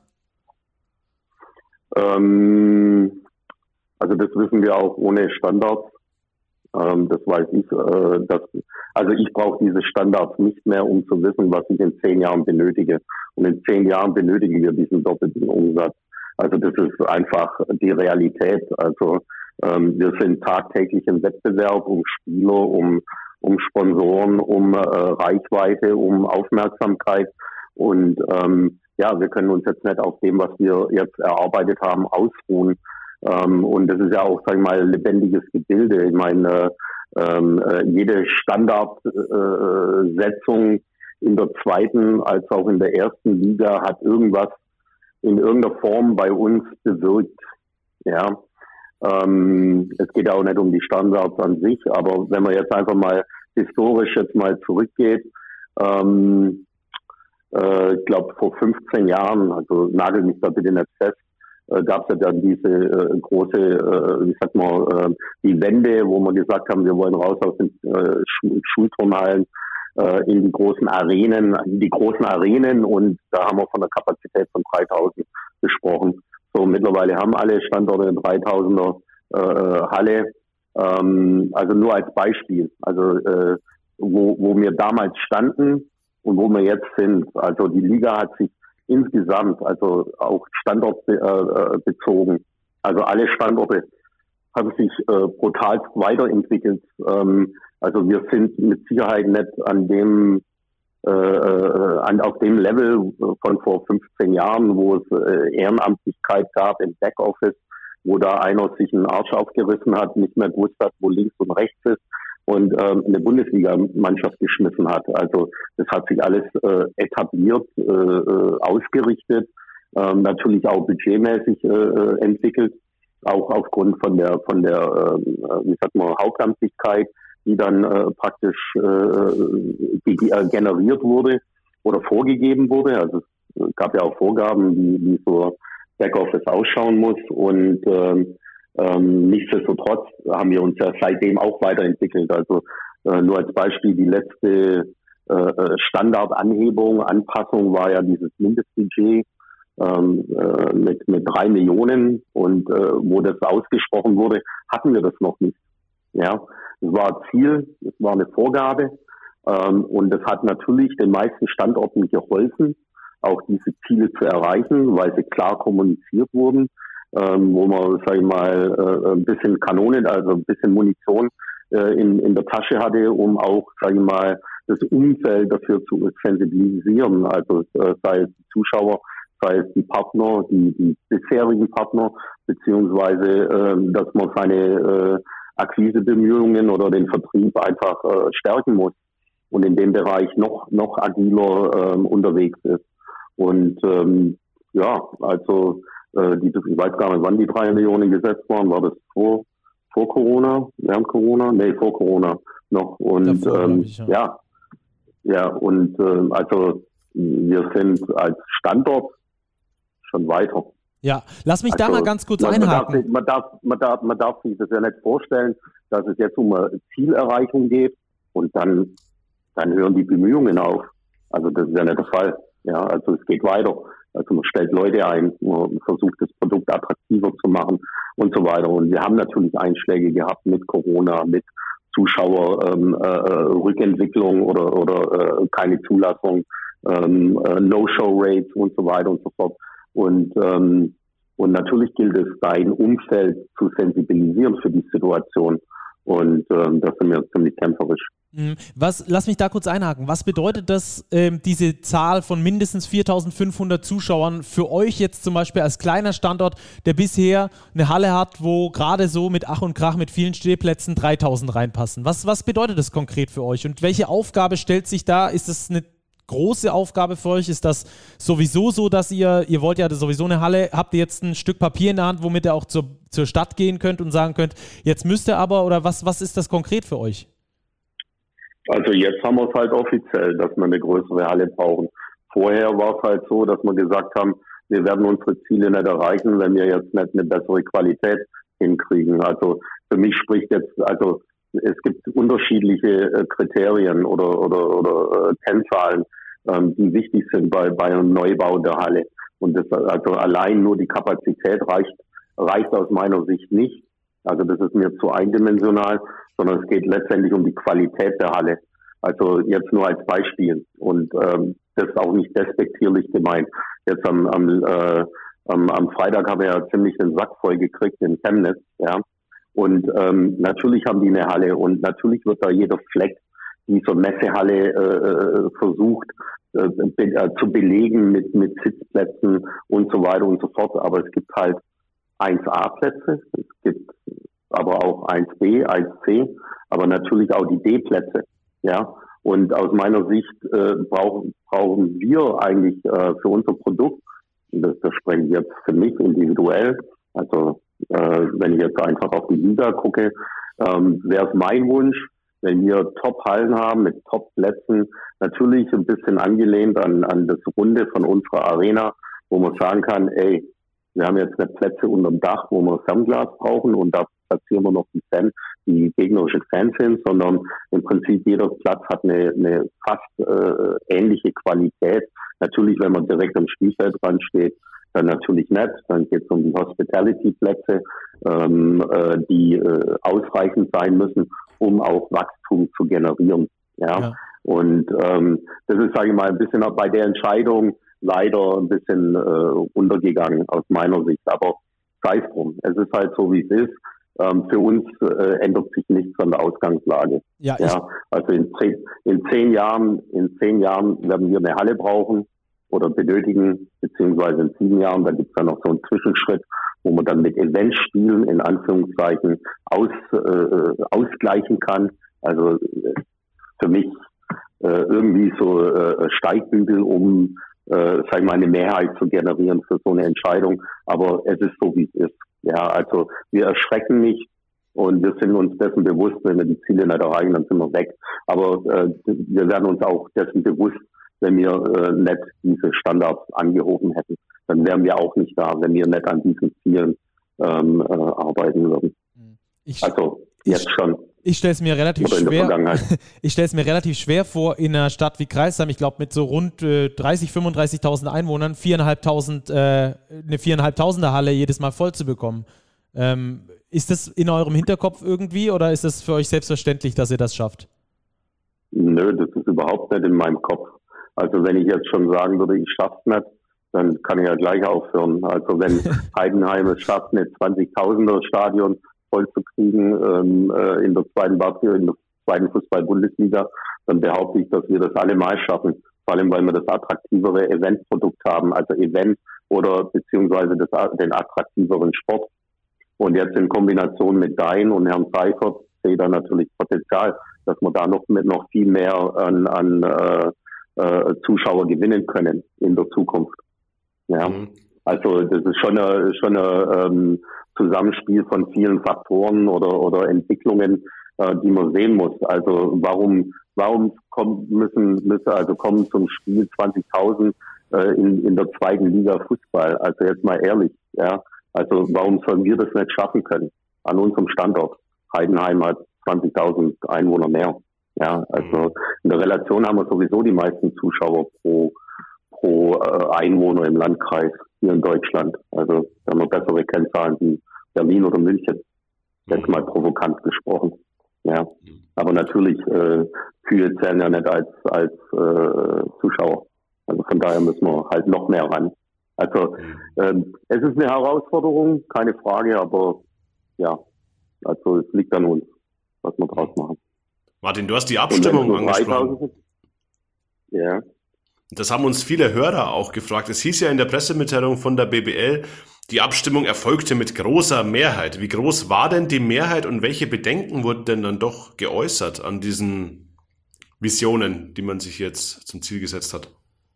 S5: Ähm, also das wissen wir auch ohne Standards. Ähm, das weiß ich. Äh, dass, also ich brauche diese Standards nicht mehr, um zu wissen, was ich in zehn Jahren benötige. Und in zehn Jahren benötigen wir diesen doppelten Umsatz. Also das ist einfach die Realität. Also ähm, wir sind tagtäglich im Wettbewerb um Spieler, um um Sponsoren, um äh, Reichweite, um Aufmerksamkeit. Und ähm, ja, wir können uns jetzt nicht auf dem, was wir jetzt erarbeitet haben, ausruhen. Ähm, und das ist ja auch, sag ich mal, lebendiges Gebilde. Ich meine, ähm, äh, jede Standardsetzung äh, in der zweiten als auch in der ersten Liga hat irgendwas in irgendeiner Form bei uns bewirkt. Ja, Ähm, es geht auch nicht um die Standards an sich, aber wenn man jetzt einfach mal historisch jetzt mal zurückgeht, ähm, äh, ich glaube vor fünfzehn Jahren, also nagel mich da bitte nicht fest, äh, gab es ja dann diese äh, große, äh, wie sagt man, äh, die Wende, wo wir gesagt haben, wir wollen raus aus den äh, Schu- Schulturnhallen äh, in die großen Arenen, in die großen Arenen und da haben wir von der Kapazität von dreitausend gesprochen. So, mittlerweile haben alle Standorte eine dreitausender äh, Halle. Ähm, also nur als Beispiel. Also äh, wo, wo wir damals standen und wo wir jetzt sind. Also die Liga hat sich insgesamt, also auch standortbezogen, äh, also alle Standorte haben sich äh, brutal weiterentwickelt. Ähm, also wir sind mit Sicherheit nicht an dem Äh, an, auf dem Level von vor fünfzehn Jahren, wo es äh, Ehrenamtlichkeit gab im Backoffice, wo da einer sich einen Arsch aufgerissen hat, nicht mehr gewusst hat, wo links und rechts ist und ähm, eine Bundesliga-Mannschaft geschmissen hat. Also das hat sich alles äh, etabliert, äh, ausgerichtet, äh, natürlich auch budgetmäßig äh, entwickelt, auch aufgrund von der von der äh, wie sagt man Hauptamtlichkeit, die dann äh, praktisch äh, die, äh, generiert wurde oder vorgegeben wurde. Also es gab ja auch Vorgaben, wie, wie so Backoffice ausschauen muss. Und ähm, ähm, nichtsdestotrotz haben wir uns ja seitdem auch weiterentwickelt. Also äh, nur als Beispiel, die letzte äh, Standardanhebung, Anpassung war ja dieses Mindestbudget ähm, äh, mit, mit drei Millionen. Und äh, wo das ausgesprochen wurde, hatten wir das noch nicht. Ja, es war Ziel, es war eine Vorgabe ähm, und es hat natürlich den meisten Standorten geholfen, auch diese Ziele zu erreichen, weil sie klar kommuniziert wurden, ähm, wo man, sag ich mal, äh, ein bisschen Kanonen, also ein bisschen Munition äh, in, in der Tasche hatte, um auch, sag ich mal, das Umfeld dafür zu sensibilisieren, also äh, sei es die Zuschauer, sei es die Partner, die, die bisherigen Partner, beziehungsweise äh, dass man seine äh, Akquisebemühungen oder den Vertrieb einfach äh, stärken muss und in dem Bereich noch noch agiler ähm, unterwegs ist. Und ähm, ja, also äh, die, ich weiß gar nicht, wann die drei Millionen gesetzt waren. War das vor vor Corona, während Corona? Nee, vor Corona noch. Und Davor, ähm, ich, ja. ja, ja und ähm, also wir sind als Standort schon weiter.
S1: Ja, lass mich also, da mal ganz kurz
S5: man,
S1: einhaken.
S5: Man darf, man, darf, man, darf, man darf sich das ja nicht vorstellen, dass es jetzt um eine Zielerreichung geht und dann, dann hören die Bemühungen auf. Also das ist ja nicht der Fall. Ja, also es geht weiter. Also man stellt Leute ein, man versucht das Produkt attraktiver zu machen und so weiter. Und wir haben natürlich Einschläge gehabt mit Corona, mit Zuschauerrückentwicklung ähm, äh, oder, oder äh, keine Zulassung, ähm, äh, No-Show-Rates und so weiter und so fort. Und, ähm, und natürlich gilt es, dein Umfeld zu sensibilisieren für die Situation. Und ähm, das sind wir ziemlich kämpferisch.
S1: Was, lass mich da kurz einhaken. Was bedeutet das, ähm, diese Zahl von mindestens viertausendfünfhundert Zuschauern für euch jetzt zum Beispiel als kleiner Standort, der bisher eine Halle hat, wo gerade so mit Ach und Krach mit vielen Stehplätzen dreitausend reinpassen? Was, was bedeutet das konkret für euch? Und welche Aufgabe stellt sich da? Ist das eine große Aufgabe für euch? Ist das sowieso so, dass ihr, ihr wollt ja sowieso eine Halle, habt ihr jetzt ein Stück Papier in der Hand, womit ihr auch zur, zur Stadt gehen könnt und sagen könnt, jetzt müsst ihr aber, oder was, was ist das konkret für euch?
S5: Also jetzt haben wir es halt offiziell, dass wir eine größere Halle brauchen. Vorher war es halt so, dass wir gesagt haben, wir werden unsere Ziele nicht erreichen, wenn wir jetzt nicht eine bessere Qualität hinkriegen. Also für mich spricht jetzt, also es gibt unterschiedliche äh, Kriterien oder oder oder äh, Kennzahlen, ähm, die wichtig sind bei bei einem Neubau der Halle. Und das, also allein nur die Kapazität reicht reicht aus meiner Sicht nicht. Also das ist mir zu eindimensional, sondern es geht letztendlich um die Qualität der Halle. Also jetzt nur als Beispiel und ähm, das ist auch nicht despektierlich gemeint. Jetzt am am, äh, am, am Freitag haben wir ja ziemlich den Sack voll gekriegt in Chemnitz, ja. Und ähm, natürlich haben die eine Halle und natürlich wird da jeder Fleck dieser Messehalle äh, versucht äh, be äh, zu belegen mit, mit Sitzplätzen und so weiter und so fort. Aber es gibt halt eins A Plätze, es gibt aber auch eins B, eins C, aber natürlich auch die D Plätze. Ja. Und aus meiner Sicht äh, brauchen, brauchen wir eigentlich äh, für unser Produkt, und das, das spreche ich jetzt für mich individuell, also Äh, wenn ich jetzt einfach auf die Liga gucke, ähm, wäre es mein Wunsch, wenn wir Top-Hallen haben mit Top-Plätzen, natürlich ein bisschen angelehnt an, an das Runde von unserer Arena, wo man sagen kann, ey, wir haben jetzt nicht Plätze unterm Dach, wo wir Fernglas brauchen und da platzieren wir noch die Fans, die gegnerischen Fans sind, sondern im Prinzip jeder Platz hat eine, eine fast äh, ähnliche Qualität. Natürlich, wenn man direkt am Spielfeld dran steht, dann natürlich nicht. Dann geht es um die Hospitality-Plätze, ähm, äh, die äh, ausreichend sein müssen, um auch Wachstum zu generieren. Ja. ja. Und ähm, das ist, sage ich mal, ein bisschen auch bei der Entscheidung leider ein bisschen äh, untergegangen aus meiner Sicht. Aber sei es drum. Es ist halt so, wie es ist. Ähm, für uns äh, ändert sich nichts an der Ausgangslage. Ja, ja, also in zehn, in zehn Jahren, in zehn Jahren werden wir eine Halle brauchen oder benötigen, beziehungsweise in sieben Jahren, da gibt es dann noch so einen Zwischenschritt, wo man dann mit Eventspielen in Anführungszeichen aus, äh, ausgleichen kann. Also äh, für mich äh, irgendwie so äh, Steigbügel, um äh, sag ich mal, eine Mehrheit zu generieren für so eine Entscheidung. Aber es ist so, wie es ist. Ja, also wir erschrecken nicht und wir sind uns dessen bewusst, wenn wir die Ziele nicht erreichen, dann sind wir weg. Aber äh, wir werden uns auch dessen bewusst, wenn wir äh, nicht diese Standards angehoben hätten. Dann wären wir auch nicht da, wenn wir nicht an diesen Zielen ähm, äh, arbeiten würden.
S1: Ich,
S5: also jetzt
S1: ich,
S5: schon.
S1: Ich stelle es mir relativ schwer. Ich stelle es mir relativ schwer vor in einer Stadt wie Kreisheim. Ich glaube mit so rund äh, dreißig, fünfunddreißigtausend Einwohnern viertausendfünfhundert, äh, eine viertausendfünfhunderter Halle jedes Mal voll zu bekommen. Ähm, ist das in eurem Hinterkopf irgendwie oder ist das für euch selbstverständlich, dass ihr das schafft?
S5: Nö, das ist überhaupt nicht in meinem Kopf. Also wenn ich jetzt schon sagen würde, ich schaff's nicht, dann kann ich ja gleich aufhören. Also wenn Heidenheim es schafft, eine zwanzigtausender Stadion voll zu kriegen ähm, äh, in der zweiten Bundesliga, in der zweiten Fußball-Bundesliga, dann behaupte ich, dass wir das alle mal schaffen. Vor allem, weil wir das attraktivere Eventprodukt haben, also Event oder beziehungsweise das, den attraktiveren Sport. Und jetzt in Kombination mit Dein und Herrn Seifert sehe ich da natürlich Potenzial, dass wir da noch mit noch viel mehr an, an äh, äh, Zuschauer gewinnen können in der Zukunft. Ja, mhm. Also das ist schon eine, schon eine ähm, Zusammenspiel von vielen Faktoren oder, oder Entwicklungen, äh, die man sehen muss. Also warum, warum kommen, müssen, müssen, also kommen zum Spiel zwanzigtausend äh, in, in der zweiten Liga Fußball? Also jetzt mal ehrlich, ja. Also warum sollen wir das nicht schaffen können an unserem Standort? Heidenheim hat zwanzigtausend Einwohner mehr. Ja, also in der Relation haben wir sowieso die meisten Zuschauer pro, pro äh, Einwohner im Landkreis hier in Deutschland. Also da haben wir bessere Kennzahlen wie Berlin oder München. Jetzt mal provokant gesprochen. Ja, aber natürlich äh, Kühe zählen ja nicht als als äh, Zuschauer. Also von daher müssen wir halt noch mehr ran. Also ähm, es ist eine Herausforderung, keine Frage, aber ja, also es liegt an uns, was wir draus machen.
S2: Martin, du hast die Abstimmung angesprochen.
S5: Ja.
S2: Das haben uns viele Hörer auch gefragt. Es hieß ja in der Pressemitteilung von der B B L, die Abstimmung erfolgte mit großer Mehrheit. Wie groß war denn die Mehrheit und welche Bedenken wurden denn dann doch geäußert an diesen Visionen, die man sich jetzt zum Ziel gesetzt hat?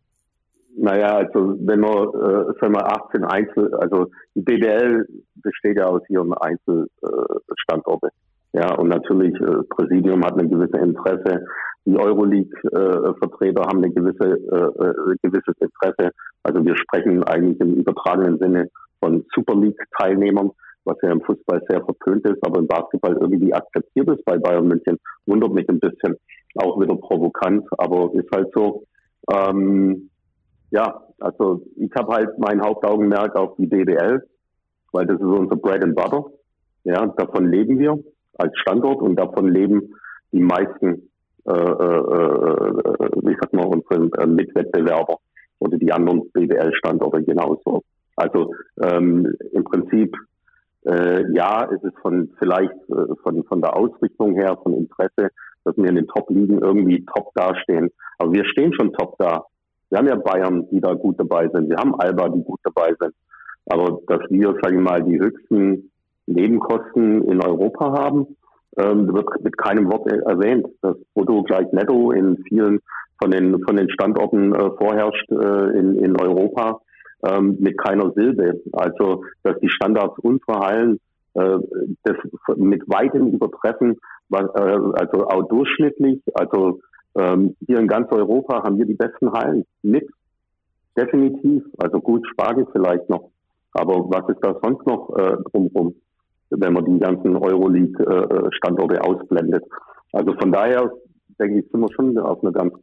S5: Naja, also wenn man, äh, sagen wir achtzehn Einzel, also die B B L besteht ja aus ihren Einzelstandorte. Äh, ja, und natürlich, äh, Präsidium hat ein gewisses Interesse, die Euroleague-Vertreter äh, haben ein gewisse, äh, gewisses Interesse. Also wir sprechen eigentlich im übertragenen Sinne von Super League-Teilnehmern, was ja im Fußball sehr verpönt ist, aber im Basketball irgendwie akzeptiert ist bei Bayern München. Wundert mich ein bisschen, auch wieder provokant, aber ist halt so. Ähm, Ja, also ich habe halt mein Hauptaugenmerk auf die B B L, weil das ist unser Bread and Butter. Ja, davon leben wir als Standort und davon leben die meisten, äh, äh, wie sagt man, unsere äh, Mitwettbewerber oder die anderen B B L-Standorte genauso. Also ähm, im Prinzip, äh, ja, es ist von vielleicht äh, von von der Ausrichtung her, von Interesse, dass wir in den Top-Ligen irgendwie top dastehen. Aber wir stehen schon top da. Wir haben ja Bayern, die da gut dabei sind. Wir haben Alba, die gut dabei sind. Aber dass wir, sage ich mal, die höchsten Nebenkosten in Europa haben, ähm, wird mit keinem Wort erwähnt. Das Brutto gleich Netto in vielen von den von den Standorten äh, vorherrscht äh, in, in Europa. ähm, mit keiner Silbe. Also, dass die Standards unserer Hallen äh, das mit weitem übertreffen, was, äh, also auch durchschnittlich. Also ähm, hier in ganz Europa haben wir die besten Hallen mit. Definitiv. Also gut, Spargel vielleicht noch. Aber was ist da sonst noch äh, drumherum, wenn man die ganzen Euroleague-Standorte äh, ausblendet? Also von daher denke ich, sind wir schon auf eine ganz,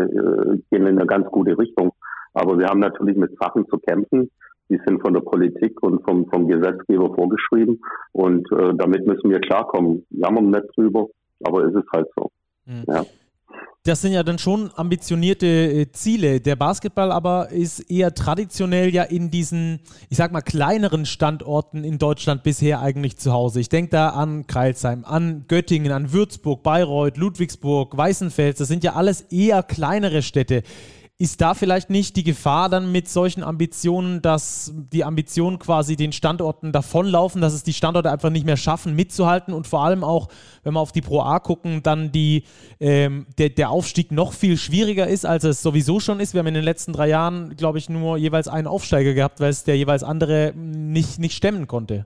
S5: äh, gehen in eine ganz gute Richtung. Aber wir haben natürlich mit Sachen zu kämpfen. Die sind von der Politik und vom, vom Gesetzgeber vorgeschrieben. Und äh, damit müssen wir klarkommen. Jammern nicht drüber, aber es ist halt so. Mhm. Ja.
S1: Das sind ja dann schon ambitionierte äh, Ziele. Der Basketball aber ist eher traditionell ja in diesen, ich sag mal, kleineren Standorten in Deutschland bisher eigentlich zu Hause. Ich denke da an Crailsheim, an Göttingen, an Würzburg, Bayreuth, Ludwigsburg, Weißenfels. Das sind ja alles eher kleinere Städte. Ist da vielleicht nicht die Gefahr dann mit solchen Ambitionen, dass die Ambitionen quasi den Standorten davonlaufen, dass es die Standorte einfach nicht mehr schaffen, mitzuhalten und vor allem auch, wenn wir auf die Pro A gucken, dann die, ähm, der, der Aufstieg noch viel schwieriger ist, als es sowieso schon ist. Wir haben in den letzten drei Jahren, glaube ich, nur jeweils einen Aufsteiger gehabt, weil es der jeweils andere nicht, nicht stemmen konnte.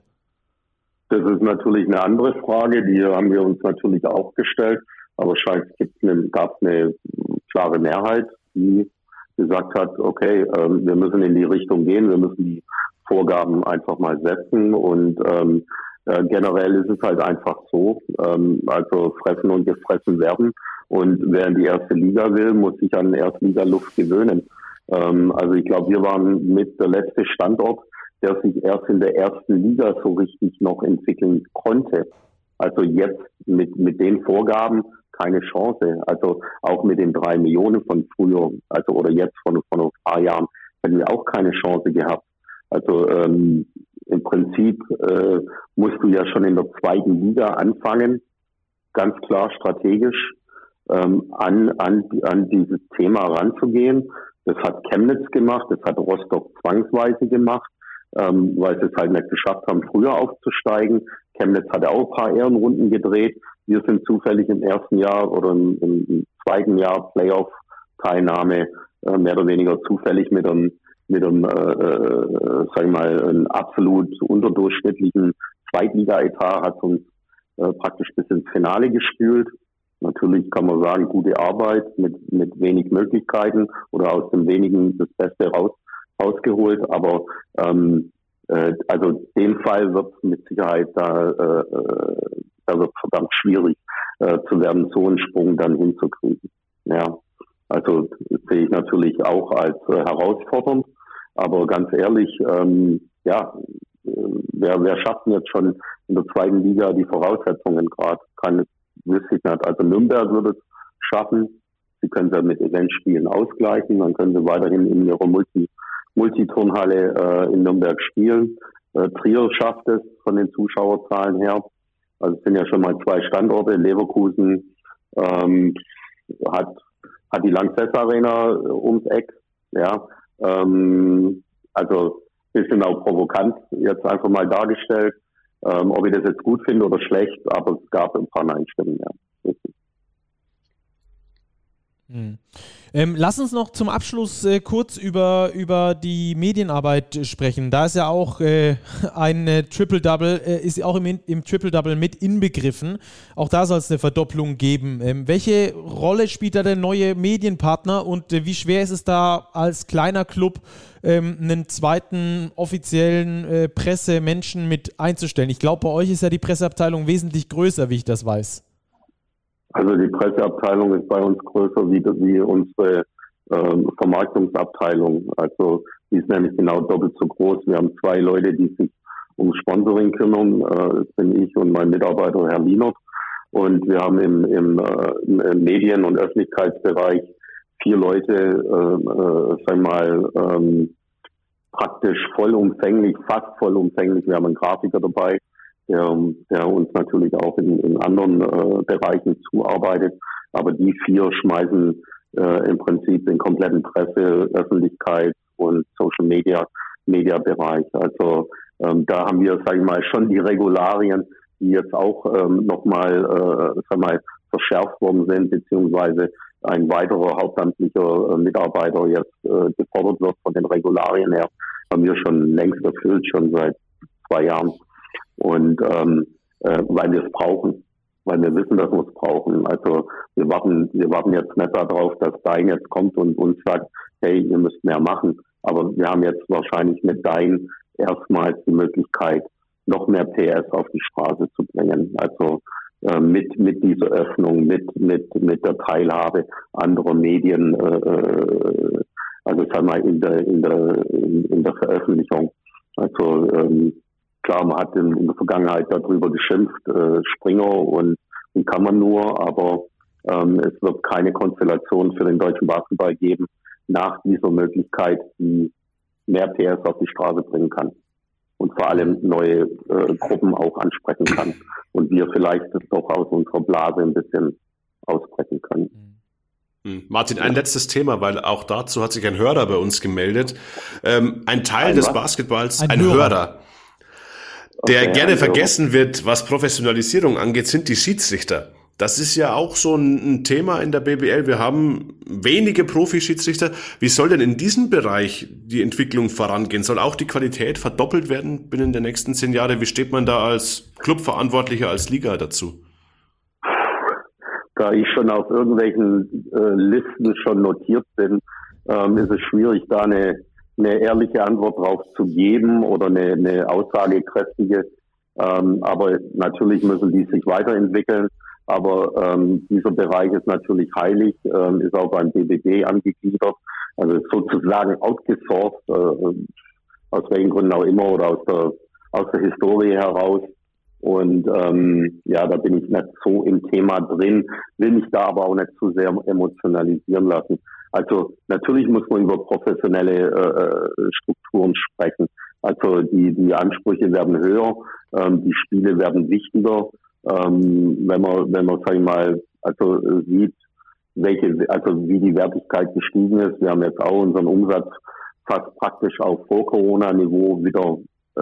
S5: Das ist natürlich eine andere Frage, die haben wir uns natürlich auch gestellt, aber scheint es gab eine klare Mehrheit, die gesagt hat, okay, ähm, wir müssen in die Richtung gehen, wir müssen die Vorgaben einfach mal setzen und ähm, äh, generell ist es halt einfach so, ähm, also fressen und gefressen werden und wer in die erste Liga will, muss sich an Erstliga-Luft gewöhnen. Ähm, also ich glaube, wir waren mit der letzte Standort, der sich erst in der ersten Liga so richtig noch entwickeln konnte. Also jetzt mit, mit den Vorgaben keine Chance. Also auch mit den drei Millionen von früher, also oder jetzt von, von ein paar Jahren, hätten wir auch keine Chance gehabt. Also ähm, im Prinzip äh, musst du ja schon in der zweiten Liga anfangen, ganz klar strategisch ähm, an, an, an dieses Thema ranzugehen. Das hat Chemnitz gemacht, das hat Rostock zwangsweise gemacht, ähm, weil sie es halt nicht geschafft haben, früher aufzusteigen. Chemnitz hatte auch ein paar Ehrenrunden gedreht. Wir sind zufällig im ersten Jahr oder im, im zweiten Jahr Playoff-Teilnahme äh, mehr oder weniger zufällig mit einem, mit einem, äh, äh, sag ich mal, einem absolut unterdurchschnittlichen Zweitliga-Etat hat uns äh, praktisch bis ins Finale gespült. Natürlich kann man sagen, gute Arbeit mit, mit wenig Möglichkeiten oder aus dem Wenigen das Beste raus, rausgeholt. Aber ähm, äh, also den Fall wird mit Sicherheit da, äh, da wird verdammt schwierig äh, zu werden, so einen Sprung dann hinzukriegen. Ja, also das sehe ich natürlich auch als äh, herausfordernd. Aber ganz ehrlich, ähm, ja, wer, wer schafft denn jetzt schon in der zweiten Liga die Voraussetzungen gerade? Kann wüsste ich nicht. Also Nürnberg würde es schaffen. Sie können es ja mit Eventspielen ausgleichen. Dann können sie weiterhin in ihrer Multi, Multiturnhalle äh, in Nürnberg spielen. Äh, Trier schafft es von den Zuschauerzahlen her. Also es sind ja schon mal zwei Standorte. Leverkusen ähm, hat hat die Lanxess Arena äh, ums Eck. Ja, ähm, also ein bisschen auch provokant jetzt einfach mal dargestellt. Ähm, ob ich das jetzt gut finde oder schlecht, aber es gab ein paar Nein-Stimmen, ja.
S1: Hm. Ähm, lass uns noch zum Abschluss äh, kurz über, über die Medienarbeit sprechen. Da ist ja auch äh, ein äh, Triple-Double, äh, ist auch im, im Triple-Double mit inbegriffen. Auch da soll es eine Verdopplung geben. Ähm, welche Rolle spielt da der neue Medienpartner und äh, wie schwer ist es da als kleiner Club, ähm, einen zweiten offiziellen äh, Pressemenschen mit einzustellen? Ich glaube, bei euch ist ja die Presseabteilung wesentlich größer, wie ich das weiß.
S5: Also die Presseabteilung ist bei uns größer wie, wie unsere ähm, Vermarktungsabteilung. Also die ist nämlich genau doppelt so groß. Wir haben zwei Leute, die sich um Sponsoring kümmern. Äh, das bin ich und mein Mitarbeiter Herr Lienert. Und wir haben im, im, äh, im Medien- und Öffentlichkeitsbereich vier Leute, äh, äh, sag mal, ähm, praktisch vollumfänglich, fast vollumfänglich. Wir haben einen Grafiker dabei, Der, der uns natürlich auch in, in anderen äh, Bereichen zuarbeitet. Aber die vier schmeißen äh, im Prinzip den kompletten Presse-, Öffentlichkeit und Social Media, Media-Bereich. Also ähm, da haben wir, sage ich mal, schon die Regularien, die jetzt auch ähm, nochmal äh, sag mal, verschärft worden sind, beziehungsweise ein weiterer hauptamtlicher äh, Mitarbeiter jetzt äh, gefordert wird von den Regularien her. haben wir schon längst erfüllt, schon seit zwei Jahren. Und ähm, äh, weil wir es brauchen, weil wir wissen, dass wir es brauchen. Also wir warten, wir warten jetzt nicht darauf, dass Dein jetzt kommt und uns sagt, hey, ihr müsst mehr machen. Aber wir haben jetzt wahrscheinlich mit Dein erstmals die Möglichkeit, noch mehr P S auf die Straße zu bringen. Also äh, mit mit dieser Öffnung, mit mit mit der Teilhabe anderer Medien, äh, also sagen wir in der in der in, in der Veröffentlichung. Also ähm, klar, man hat in, in der Vergangenheit darüber geschimpft, äh, Springer und, und kann man nur, aber ähm, es wird keine Konstellation für den deutschen Basketball geben nach dieser Möglichkeit, die mehr P S auf die Straße bringen kann und vor allem neue äh, Gruppen auch ansprechen kann und wir vielleicht das doch aus unserer Blase ein bisschen ausbrechen können.
S2: Martin, ein letztes Thema, weil auch dazu hat sich ein Hörer bei uns gemeldet. Ähm, ein Teil ein des was? Basketballs, ein, ein Hörer, Hörer der okay, gerne vergessen wird, was Professionalisierung angeht, sind die Schiedsrichter. Das ist ja auch so ein, ein Thema in der B B L. Wir haben wenige Profi-Schiedsrichter. Wie soll denn in diesem Bereich die Entwicklung vorangehen? Soll auch die Qualität verdoppelt werden binnen der nächsten zehn Jahre? Wie steht man da als Clubverantwortlicher, als Liga dazu?
S5: Da ich schon auf irgendwelchen äh, Listen schon notiert bin, ähm, ist es schwierig, da eine, eine ehrliche Antwort drauf zu geben oder eine, eine aussagekräftige. Ähm, aber natürlich müssen die sich weiterentwickeln. Aber ähm, dieser Bereich ist natürlich heilig, ähm, ist auch beim B B D angegliedert, also sozusagen outgesourced, äh, aus welchen Gründen auch immer oder aus der aus der Historie heraus. Und ähm, ja, da bin ich nicht so im Thema drin, will mich da aber auch nicht zu sehr emotionalisieren lassen. Also natürlich muss man über professionelle äh, Strukturen sprechen. Also die die Ansprüche werden höher, ähm, die Spiele werden wichtiger. Ähm, wenn man, wenn man, sag ich mal, also äh, sieht, welche, also wie die Wertigkeit gestiegen ist. Wir haben jetzt auch unseren Umsatz fast praktisch auf Vor-Corona-Niveau wieder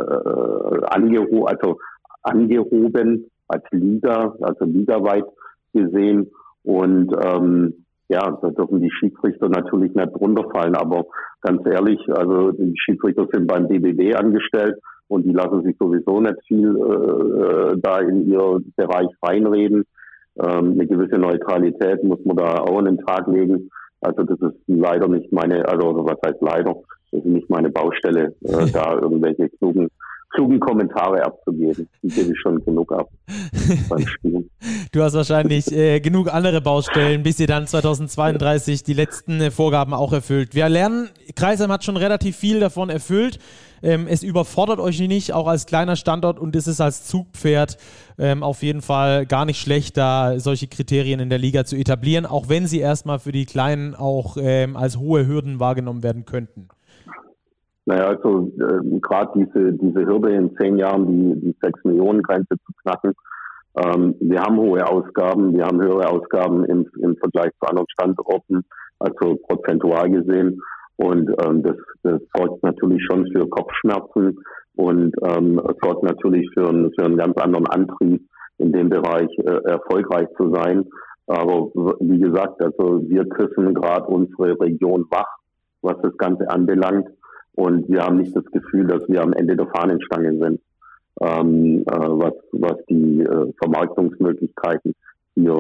S5: äh, angehoben, also angehoben als Liga, also ligaweit gesehen. Und ähm, ja, da dürfen die Schiedsrichter natürlich nicht drunter fallen. Aber ganz ehrlich, also die Schiedsrichter sind beim B B D angestellt. Und die lassen sich sowieso nicht viel äh, da in ihr Bereich reinreden. Ähm, eine gewisse Neutralität muss man da auch an den Tag legen. Also das ist leider nicht meine, also was heißt leider, das ist nicht meine Baustelle, äh, da irgendwelche klugen, klugen Kommentare abzugeben. Die gebe ich schon genug ab beim Spielen.
S1: Du hast wahrscheinlich äh, genug andere Baustellen, bis ihr dann zweitausendzweiunddreißig die letzten äh, Vorgaben auch erfüllt. Wir lernen, Crailsheim hat schon relativ viel davon erfüllt. Ähm, es überfordert euch nicht, auch als kleiner Standort, und es ist als Zugpferd ähm, auf jeden Fall gar nicht schlecht, da solche Kriterien in der Liga zu etablieren, auch wenn sie erstmal für die Kleinen auch ähm, als hohe Hürden wahrgenommen werden könnten.
S5: Naja, also äh, gerade diese diese Hürde in zehn Jahren, die die sechs Millionen Grenze zu knacken. Ähm, wir haben hohe Ausgaben, wir haben höhere Ausgaben im, im Vergleich zu anderen Standorten, also prozentual gesehen. Und ähm, das, das sorgt natürlich schon für Kopfschmerzen und ähm, sorgt natürlich für, ein, für einen ganz anderen Antrieb, in dem Bereich äh, erfolgreich zu sein. Aber wie gesagt, also wir küssen gerade unsere Region wach, was das Ganze anbelangt. Und wir haben nicht das Gefühl, dass wir am Ende der Fahnenstange sind, ähm, äh, was, was die äh, Vermarktungsmöglichkeiten hier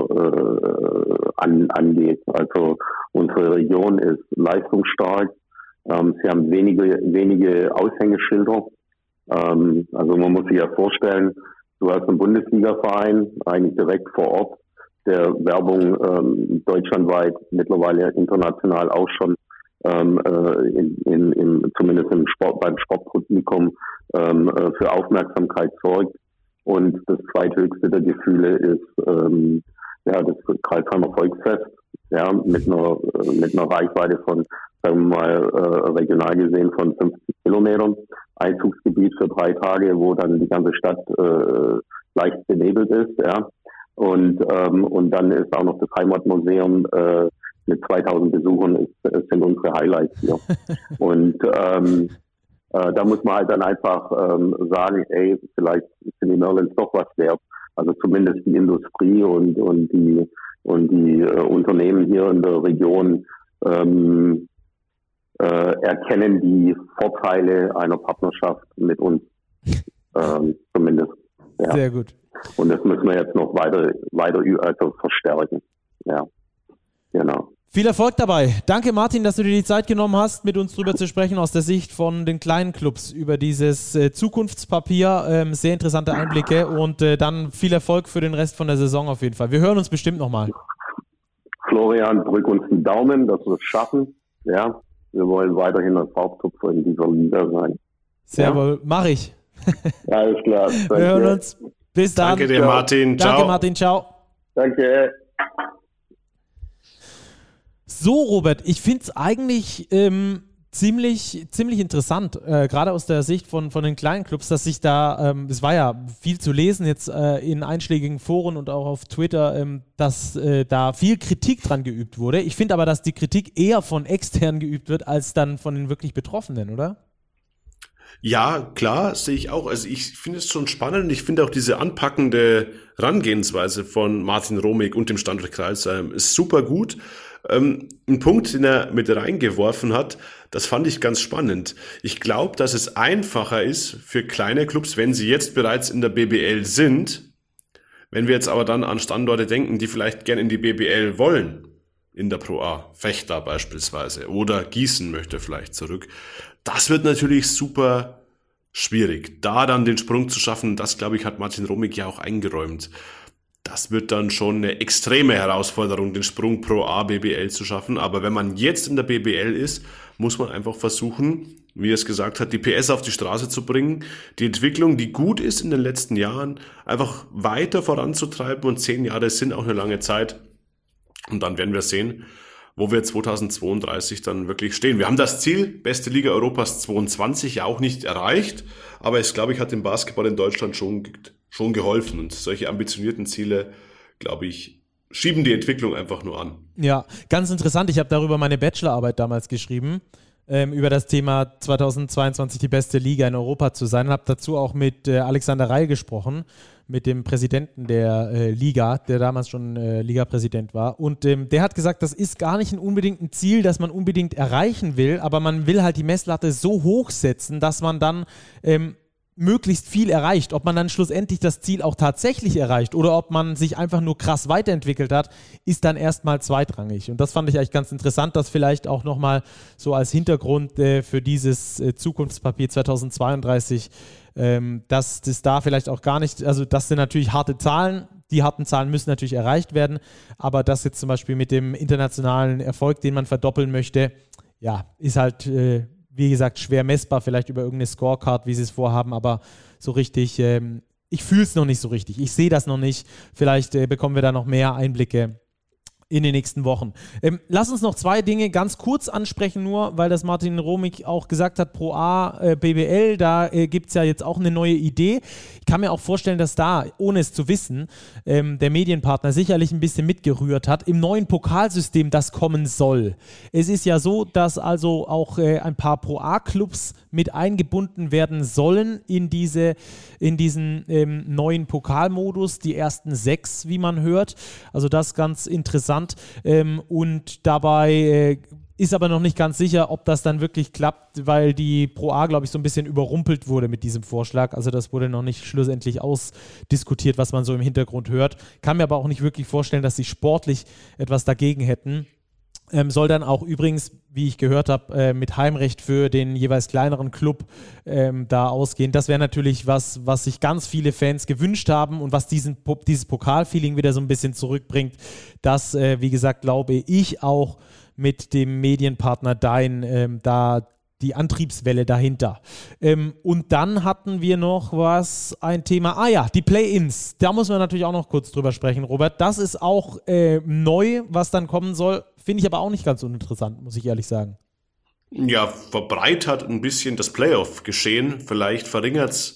S5: äh, an, angeht. Also unsere Region ist leistungsstark. Ähm, sie haben wenige, wenige Aushängeschilder. Ähm, also man muss sich ja vorstellen, du hast einen Bundesliga-Verein, eigentlich direkt vor Ort, der Werbung ähm, deutschlandweit, mittlerweile international auch schon ähm, äh, in, in, in, zumindest im Sport, beim Sportpublikum ähm, äh, für Aufmerksamkeit sorgt. Und das zweithöchste der Gefühle ist ähm, ja das Crailsheimer Volksfest, ja, mit einer mit einer Reichweite von, sagen wir mal, äh, regional gesehen von fünfzig Kilometern, Einzugsgebiet für drei Tage, wo dann die ganze Stadt äh, leicht benebelt ist, ja. Und ähm, und dann ist auch noch das Heimatmuseum äh, mit zweitausend Besuchern, ist, sind unsere Highlights hier. Und ähm, Äh, da muss man halt dann einfach ähm, sagen, ey, vielleicht sind die Merlins doch was wert. Also zumindest die Industrie und und die und die äh, Unternehmen hier in der Region ähm, äh, erkennen die Vorteile einer Partnerschaft mit uns, ähm, zumindest. Ja.
S1: Sehr gut.
S5: Und das müssen wir jetzt noch weiter, weiter also verstärken. Ja, genau.
S1: Viel Erfolg dabei. Danke, Martin, dass du dir die Zeit genommen hast, mit uns drüber zu sprechen, aus der Sicht von den kleinen Clubs über dieses äh, Zukunftspapier. Ähm, sehr interessante Einblicke und äh, dann viel Erfolg für den Rest von der Saison auf jeden Fall. Wir hören uns bestimmt nochmal.
S5: Florian, drück uns den Daumen, dass wir es schaffen. Ja, wir wollen weiterhin als Haupttopfer in dieser Liga sein.
S1: Sehr
S5: ja?
S1: wohl. Mach ich.
S5: Alles klar.
S1: Wir hören uns. Bis dann.
S2: Danke dir, Martin. Ciao.
S1: Danke, Martin. Ciao.
S5: Danke.
S1: So, Robert, ich finde es eigentlich ähm, ziemlich, ziemlich interessant, äh, gerade aus der Sicht von, von den kleinen Clubs, dass sich da, ähm, es war ja viel zu lesen jetzt äh, in einschlägigen Foren und auch auf Twitter, ähm, dass äh, da viel Kritik dran geübt wurde. Ich finde aber, dass die Kritik eher von extern geübt wird, als dann von den wirklich Betroffenen, oder?
S2: Ja, klar, sehe ich auch. Also ich finde es schon spannend und ich finde auch diese anpackende Herangehensweise von Martin Romick und dem Standort Crailsheim ist super gut. Ähm, ein Punkt, den er mit reingeworfen hat, das fand ich ganz spannend. Ich glaube, dass es einfacher ist für kleine Clubs, wenn sie jetzt bereits in der B B L sind. Wenn wir jetzt aber dann an Standorte denken, die vielleicht gern in die B B L wollen, in der Pro A, Vechta beispielsweise, oder Gießen möchte vielleicht zurück. Das wird natürlich super schwierig, da dann den Sprung zu schaffen. Das, glaube ich, hat Martin Romick ja auch eingeräumt. Das wird dann schon eine extreme Herausforderung, den Sprung Pro A B B L zu schaffen. Aber wenn man jetzt in der B B L ist, muss man einfach versuchen, wie er es gesagt hat, die P S auf die Straße zu bringen, die Entwicklung, die gut ist in den letzten Jahren, einfach weiter voranzutreiben. Und zehn Jahre sind auch eine lange Zeit. Und dann werden wir sehen, wo wir zweitausendzweiunddreißig dann wirklich stehen. Wir haben das Ziel, beste Liga Europas zweiundzwanzig, ja auch nicht erreicht, aber es, glaube ich, hat dem Basketball in Deutschland schon, schon geholfen. Und solche ambitionierten Ziele, glaube ich, schieben die Entwicklung einfach nur an.
S1: Ja, ganz interessant. Ich habe darüber meine Bachelorarbeit damals geschrieben, ähm, über das Thema zweitausendzweiundzwanzig die beste Liga in Europa zu sein. Und habe dazu auch mit äh, Alexander Reil gesprochen, mit dem Präsidenten der äh, Liga, der damals schon äh, Liga-Präsident war. Und ähm, der hat gesagt, das ist gar nicht ein unbedingt ein Ziel, das man unbedingt erreichen will, aber man will halt die Messlatte so hoch setzen, dass man dann ähm, möglichst viel erreicht. Ob man dann schlussendlich das Ziel auch tatsächlich erreicht oder ob man sich einfach nur krass weiterentwickelt hat, ist dann erstmal zweitrangig. Und das fand ich eigentlich ganz interessant, das vielleicht auch nochmal so als Hintergrund äh, für dieses äh, Zukunftspapier zweitausendzweiunddreißig, ähm, dass das da vielleicht auch gar nicht, also das sind natürlich harte Zahlen, die harten Zahlen müssen natürlich erreicht werden, aber das jetzt zum Beispiel mit dem internationalen Erfolg, den man verdoppeln möchte, ja, ist halt äh, wie gesagt, schwer messbar, vielleicht über irgendeine Scorecard, wie sie es vorhaben, aber so richtig, ähm, ich fühle es noch nicht so richtig. Ich sehe das noch nicht. Vielleicht äh, bekommen wir da noch mehr Einblicke in den nächsten Wochen. Ähm, lass uns noch zwei Dinge ganz kurz ansprechen, nur weil das Martin Romick auch gesagt hat, Pro A, äh, B B L, da äh, gibt es ja jetzt auch eine neue Idee. Ich kann mir auch vorstellen, dass da, ohne es zu wissen, ähm, der Medienpartner sicherlich ein bisschen mitgerührt hat im neuen Pokalsystem, das kommen soll. Es ist ja so, dass also auch äh, ein paar Pro A-Clubs mit eingebunden werden sollen in diese, in diesen ähm, neuen Pokalmodus, die ersten sechs, wie man hört. Also das ganz interessant. Ähm, und dabei äh, ist aber noch nicht ganz sicher, ob das dann wirklich klappt, weil die Pro A, glaube ich, so ein bisschen überrumpelt wurde mit diesem Vorschlag. Also das wurde noch nicht schlussendlich ausdiskutiert, was man so im Hintergrund hört. Kann mir aber auch nicht wirklich vorstellen, dass sie sportlich etwas dagegen hätten. Ähm, soll dann auch übrigens, wie ich gehört habe, äh, mit Heimrecht für den jeweils kleineren Club ähm, da ausgehen. Das wäre natürlich was, was sich ganz viele Fans gewünscht haben und was diesen, dieses Pokalfeeling wieder so ein bisschen zurückbringt. Das, äh, wie gesagt, glaube ich auch mit dem Medienpartner Dein ähm, da die Antriebswelle dahinter. Ähm, und dann hatten wir noch was, ein Thema, ah ja, die Play-Ins. Da muss man natürlich auch noch kurz drüber sprechen, Robert. Das ist auch äh, neu, was dann kommen soll. Finde ich aber auch nicht ganz uninteressant, muss ich ehrlich sagen.
S2: Ja, verbreitert ein bisschen das Playoff-Geschehen. Vielleicht verringert es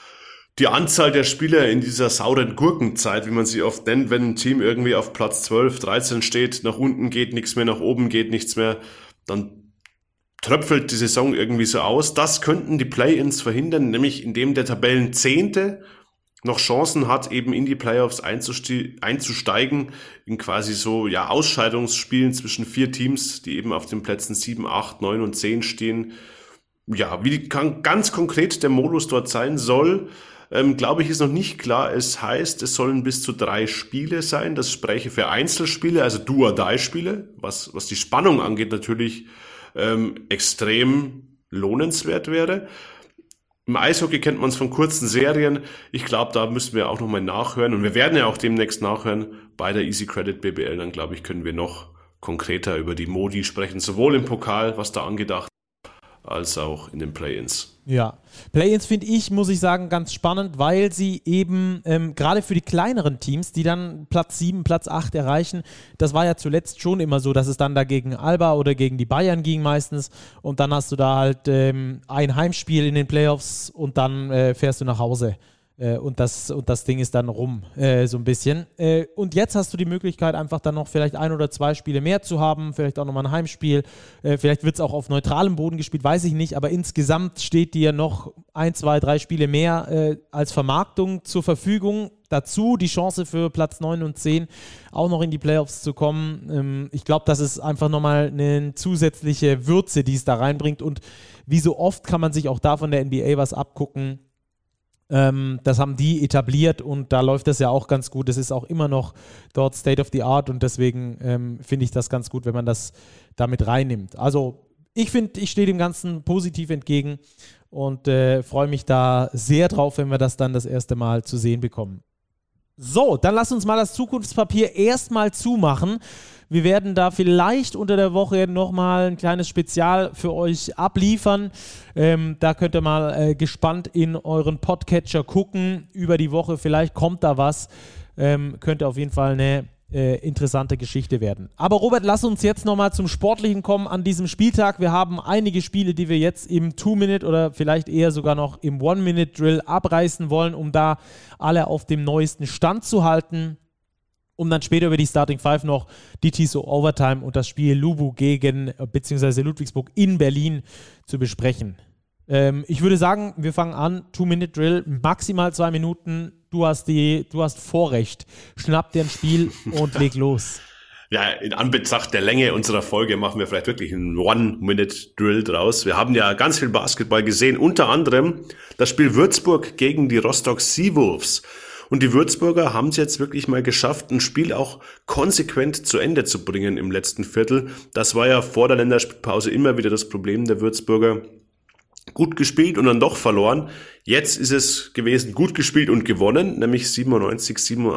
S2: die Anzahl der Spieler in dieser sauren Gurkenzeit, wie man sie oft nennt, wenn ein Team irgendwie auf Platz zwölf, dreizehn steht, nach unten geht nichts mehr, nach oben geht nichts mehr, dann tröpfelt die Saison irgendwie so aus. Das könnten die Play-Ins verhindern, nämlich indem der Tabellenzehnte noch Chancen hat, eben in die Playoffs einzuste- einzusteigen, in quasi so ja Ausscheidungsspielen zwischen vier Teams, die eben auf den Plätzen sieben, acht, neun und zehn stehen. Ja, wie kann ganz konkret der Modus dort sein soll, ähm, glaube ich, ist noch nicht klar. Es heißt, es sollen bis zu drei Spiele sein. Das spräche für Einzelspiele, also Do-or-Die-Spiele, was, was die Spannung angeht, natürlich ähm, extrem lohnenswert wäre. Im Eishockey kennt man es von kurzen Serien. Ich glaube, da müssen wir auch nochmal nachhören. Und wir werden ja auch demnächst nachhören. Bei der Easy Credit B B L, dann glaube ich, können wir noch konkreter über die Modi sprechen. Sowohl im Pokal, was da angedacht, als auch in den Play-Ins.
S1: Ja, Play-Ins finde ich, muss ich sagen, ganz spannend, weil sie eben ähm, gerade für die kleineren Teams, die dann Platz sieben, Platz acht erreichen, das war ja zuletzt schon immer so, dass es dann da gegen Alba oder gegen die Bayern ging meistens und dann hast du da halt ähm, ein Heimspiel in den Playoffs und dann äh, fährst du nach Hause. Und das, und das Ding ist dann rum, äh, so ein bisschen. Äh, und jetzt hast du die Möglichkeit, einfach dann noch vielleicht ein oder zwei Spiele mehr zu haben, vielleicht auch nochmal ein Heimspiel. Äh, vielleicht wird es auch auf neutralem Boden gespielt, weiß ich nicht. Aber insgesamt steht dir noch ein, zwei, drei Spiele mehr äh, als Vermarktung zur Verfügung. Dazu die Chance für Platz neun und zehn auch noch in die Playoffs zu kommen. Ähm, ich glaube, das ist einfach nochmal eine zusätzliche Würze, die es da reinbringt. Und wie so oft kann man sich auch da von der N B A was abgucken. Ähm, das haben die etabliert und da läuft das ja auch ganz gut. Das ist auch immer noch dort State of the Art und deswegen ähm, finde ich das ganz gut, wenn man das damit reinnimmt. Also ich finde, ich stehe dem Ganzen positiv entgegen und äh, freue mich da sehr drauf, wenn wir das dann das erste Mal zu sehen bekommen. So, dann lass uns mal das Zukunftspapier erstmal zumachen. Wir werden da vielleicht unter der Woche nochmal ein kleines Spezial für euch abliefern. Ähm, da könnt ihr mal äh, gespannt in euren Podcatcher gucken. Über die Woche, vielleicht kommt da was. Ähm, könnte auf jeden Fall eine äh, interessante Geschichte werden. Aber Robert, lass uns jetzt nochmal zum Sportlichen kommen an diesem Spieltag. Wir haben einige Spiele, die wir jetzt im Two-Minute oder vielleicht eher sogar noch im One-Minute-Drill abreißen wollen, um da alle auf dem neuesten Stand zu halten. Um dann später über die Starting Five noch die T S O Overtime und das Spiel Lubu gegen, beziehungsweise Ludwigsburg in Berlin zu besprechen. Ähm, ich würde sagen, wir fangen an, Two-Minute-Drill, maximal zwei Minuten. Du hast, die, du hast Vorrecht. Schnapp dir ein Spiel und leg los.
S2: Ja, in Anbetracht der Länge unserer Folge machen wir vielleicht wirklich einen One-Minute-Drill draus. Wir haben ja ganz viel Basketball gesehen, unter anderem das Spiel Würzburg gegen die Rostock Seawolves. Und die Würzburger haben es jetzt wirklich mal geschafft, ein Spiel auch konsequent zu Ende zu bringen im letzten Viertel. Das war ja vor der Länderspielpause immer wieder das Problem der Würzburger. Gut gespielt und dann doch verloren. Jetzt ist es gewesen, gut gespielt und gewonnen, nämlich siebenundneunzig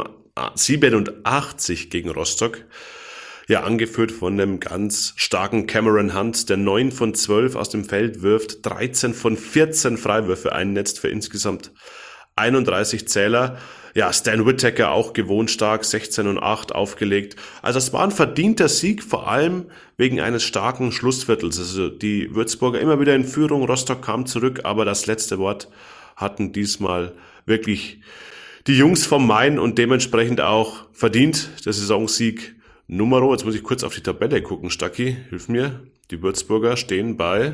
S2: siebenundachtzig gegen Rostock. Ja, angeführt von einem ganz starken Cameron Hunt, der neun von zwölf aus dem Feld wirft, dreizehn von vierzehn Freiwürfe einnetzt für insgesamt einunddreißig Zähler. Ja, Stan Whittaker auch gewohnt stark, sechzehn und acht aufgelegt. Also es war ein verdienter Sieg, vor allem wegen eines starken Schlussviertels. Also die Würzburger immer wieder in Führung, Rostock kam zurück, aber das letzte Wort hatten diesmal wirklich die Jungs vom Main und dementsprechend auch verdient der Saisonsieg Numero. Jetzt muss ich kurz auf die Tabelle gucken, Stacki, hilf mir. Die Würzburger stehen bei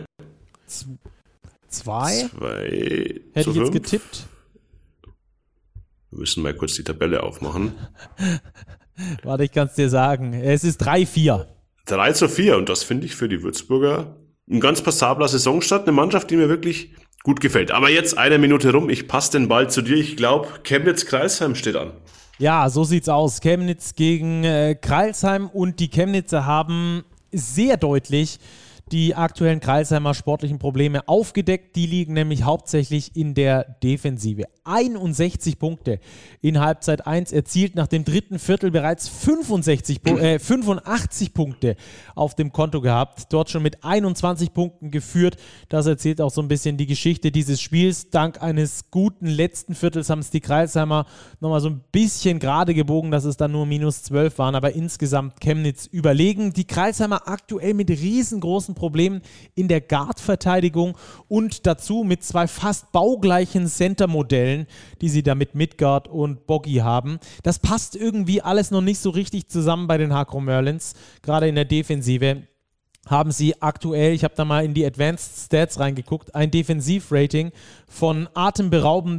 S1: zwei.
S2: Zwei
S1: Hätte ich jetzt getippt.
S2: Wir müssen mal kurz die Tabelle aufmachen.
S1: Warte, ich kann es dir sagen. Es ist drei vier.
S2: drei zu vier und das finde ich für die Würzburger ein ganz passabler Saisonstart. Eine Mannschaft, die mir wirklich gut gefällt. Aber jetzt eine Minute rum. Ich passe den Ball zu dir. Ich glaube, Chemnitz-Kreilsheim steht an.
S1: Ja, so sieht's aus. Chemnitz gegen äh, Kreilsheim und die Chemnitzer haben sehr deutlich die aktuellen Kreilsheimer sportlichen Probleme aufgedeckt. Die liegen nämlich hauptsächlich in der Defensive. einundsechzig Punkte in Halbzeit eins erzielt, nach dem dritten Viertel bereits fünfundsechzig, äh, fünfundachtzig Punkte auf dem Konto gehabt. Dort schon mit einundzwanzig Punkten geführt. Das erzählt auch so ein bisschen die Geschichte dieses Spiels. Dank eines guten letzten Viertels haben es die Kreilsheimer nochmal so ein bisschen gerade gebogen, dass es dann nur minus zwölf waren. Aber insgesamt Chemnitz überlegen. Die Kreilsheimer aktuell mit riesengroßen Problemen in der Guard-Verteidigung und dazu mit zwei fast baugleichen Center-Modellen, die sie da mit Midgard und Boggy haben. Das passt irgendwie alles noch nicht so richtig zusammen bei den Hakro Merlins. Gerade in der Defensive haben sie aktuell, ich habe da mal in die Advanced Stats reingeguckt, ein Defensivrating von atemberaubenden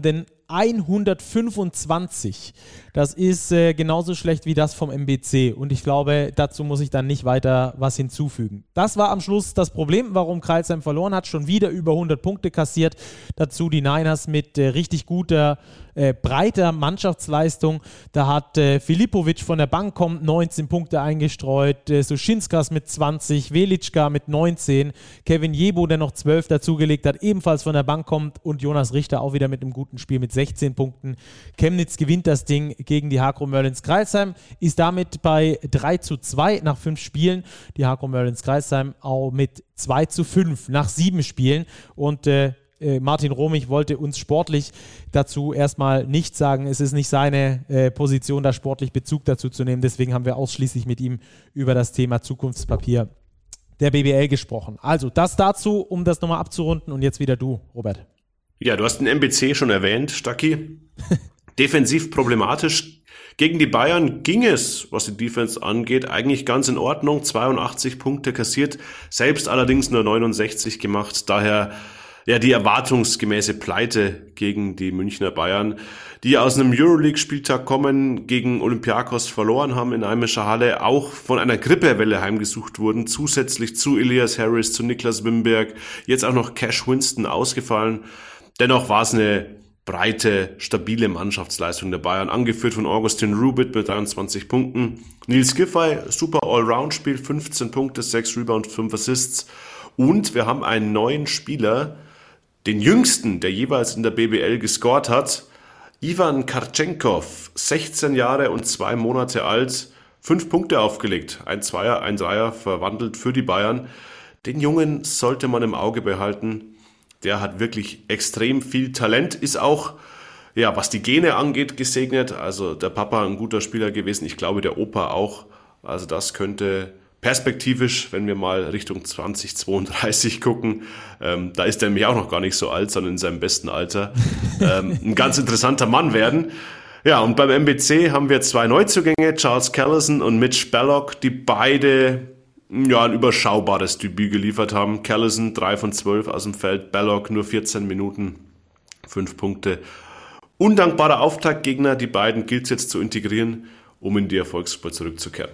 S1: hundertfünfundzwanzig. Das ist äh, genauso schlecht wie das vom M B C. Und ich glaube, dazu muss ich dann nicht weiter was hinzufügen. Das war am Schluss das Problem, warum Crailsheim verloren hat. Schon wieder über hundert Punkte kassiert. Dazu die Niners mit äh, richtig guter, äh, breiter Mannschaftsleistung. Da hat äh, Filipovic von der Bank kommt neunzehn Punkte eingestreut. Äh, Suschinskas mit zwanzig. Velicka mit neunzehn. Kevin Jebo, der noch zwölf dazugelegt hat, ebenfalls von der Bank kommt. Und Jonas Richter auch wieder mit einem guten Spiel mit sechzehn Punkten. Chemnitz gewinnt das Ding gegen die Hakro Merlins Crailsheim, ist damit bei drei zu zwei nach fünf Spielen. Die Hakro Merlins Crailsheim auch mit zwei zu fünf nach sieben Spielen. Und äh, Martin Romig wollte uns sportlich dazu erstmal nichts sagen. Es ist nicht seine äh, Position, da sportlich Bezug dazu zu nehmen. Deswegen haben wir ausschließlich mit ihm über das Thema Zukunftspapier der B B L gesprochen. Also das dazu, um das nochmal abzurunden. Und jetzt wieder du, Robert.
S2: Ja, du hast den M B C schon erwähnt, Stacki. Defensiv problematisch. Gegen die Bayern ging es, was die Defense angeht, eigentlich ganz in Ordnung. zweiundachtzig Punkte kassiert, selbst allerdings nur neunundsechzig gemacht. Daher ja die erwartungsgemäße Pleite gegen die Münchner Bayern, die aus einem Euroleague-Spieltag kommen, gegen Olympiakos verloren haben in heimischer Halle, auch von einer Grippewelle heimgesucht wurden, zusätzlich zu Elias Harris, zu Niklas Wimberg, jetzt auch noch Cash Winston ausgefallen. Dennoch war es eine breite, stabile Mannschaftsleistung der Bayern, angeführt von Augustin Rubit mit dreiundzwanzig Punkten. Nils Giffey, super Allround-Spiel, fünfzehn Punkte, sechs Rebounds, fünf Assists. Und wir haben einen neuen Spieler, den jüngsten, der jeweils in der B B L gescored hat, Ivan Karchenkov, sechzehn Jahre und zwei Monate alt, fünf Punkte aufgelegt, ein Zweier, ein Dreier verwandelt für die Bayern. Den Jungen sollte man im Auge behalten. Der hat wirklich extrem viel Talent, ist auch, ja, was die Gene angeht, gesegnet. Also der Papa ein guter Spieler gewesen, ich glaube der Opa auch. Also das könnte perspektivisch, wenn wir mal Richtung zwanzig zweiunddreißig gucken, ähm, da ist er nämlich auch noch gar nicht so alt, sondern in seinem besten Alter, ähm, ein ganz interessanter Mann werden. Ja, und beim M B C haben wir zwei Neuzugänge, Charles Callison und Mitch Belloc, die beide ja ein überschaubares Debüt geliefert haben. Callison drei von zwölf aus dem Feld, Belloc nur vierzehn Minuten, fünf Punkte. Undankbarer Auftaktgegner, die beiden gilt es jetzt zu integrieren, um in die Erfolgsspur zurückzukehren.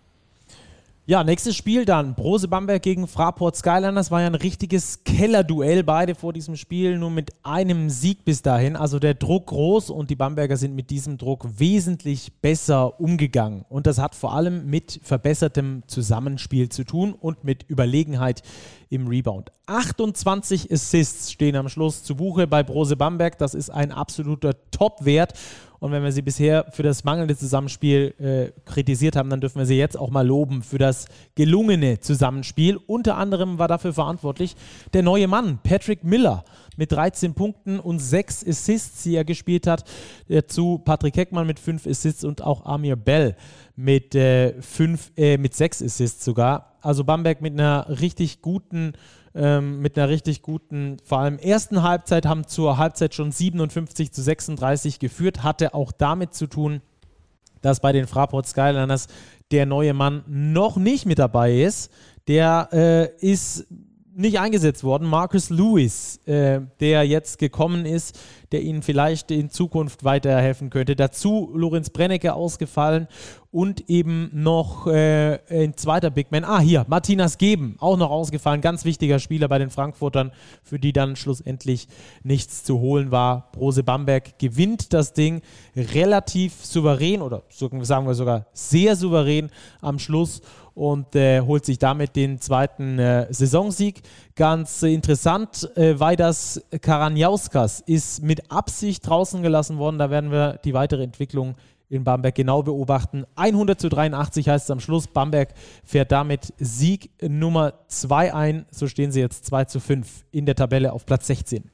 S1: Ja, nächstes Spiel dann. Brose Bamberg gegen Fraport Skyliners war ja ein richtiges Kellerduell. Beide vor diesem Spiel nur mit einem Sieg bis dahin. Also der Druck groß und die Bamberger sind mit diesem Druck wesentlich besser umgegangen. Und das hat vor allem mit verbessertem Zusammenspiel zu tun und mit Überlegenheit im Rebound. achtundzwanzig Assists stehen am Schluss zu Buche bei Brose Bamberg. Das ist ein absoluter Top-Wert. Und wenn wir sie bisher für das mangelnde Zusammenspiel äh, kritisiert haben, dann dürfen wir sie jetzt auch mal loben für das gelungene Zusammenspiel. Unter anderem war dafür verantwortlich der neue Mann, Patrick Miller, mit dreizehn Punkten und sechs Assists, die er gespielt hat. Dazu Patrick Heckmann mit fünf Assists und auch Amir Bell mit, äh, fünf, äh, mit sechs Assists sogar. Also Bamberg mit einer richtig guten Ähm, mit einer richtig guten, vor allem ersten Halbzeit, haben zur Halbzeit schon siebenundfünfzig zu sechsunddreißig geführt, hatte auch damit zu tun, dass bei den Fraport Skyliners der neue Mann noch nicht mit dabei ist. Der äh, ist nicht eingesetzt worden, Marcus Lewis, äh, der jetzt gekommen ist, der ihnen vielleicht in Zukunft weiterhelfen könnte. Dazu Lorenz Brennecke ausgefallen und eben noch äh, ein zweiter Big Man. Ah, hier, Martinas Geben, auch noch ausgefallen. Ganz wichtiger Spieler bei den Frankfurtern, für die dann schlussendlich nichts zu holen war. Brose Bamberg gewinnt das Ding relativ souverän oder sagen wir sogar sehr souverän am Schluss und äh, holt sich damit den zweiten äh, Saisonsieg. Ganz äh, interessant, äh, Vaidas Karanjauskas ist mit Absicht draußen gelassen worden. Da werden wir die weitere Entwicklung in Bamberg genau beobachten. hundert zu dreiundachtzig heißt es am Schluss. Bamberg fährt damit Sieg Nummer zwei ein. So stehen sie jetzt zwei zu fünf in der Tabelle auf Platz sechzehn.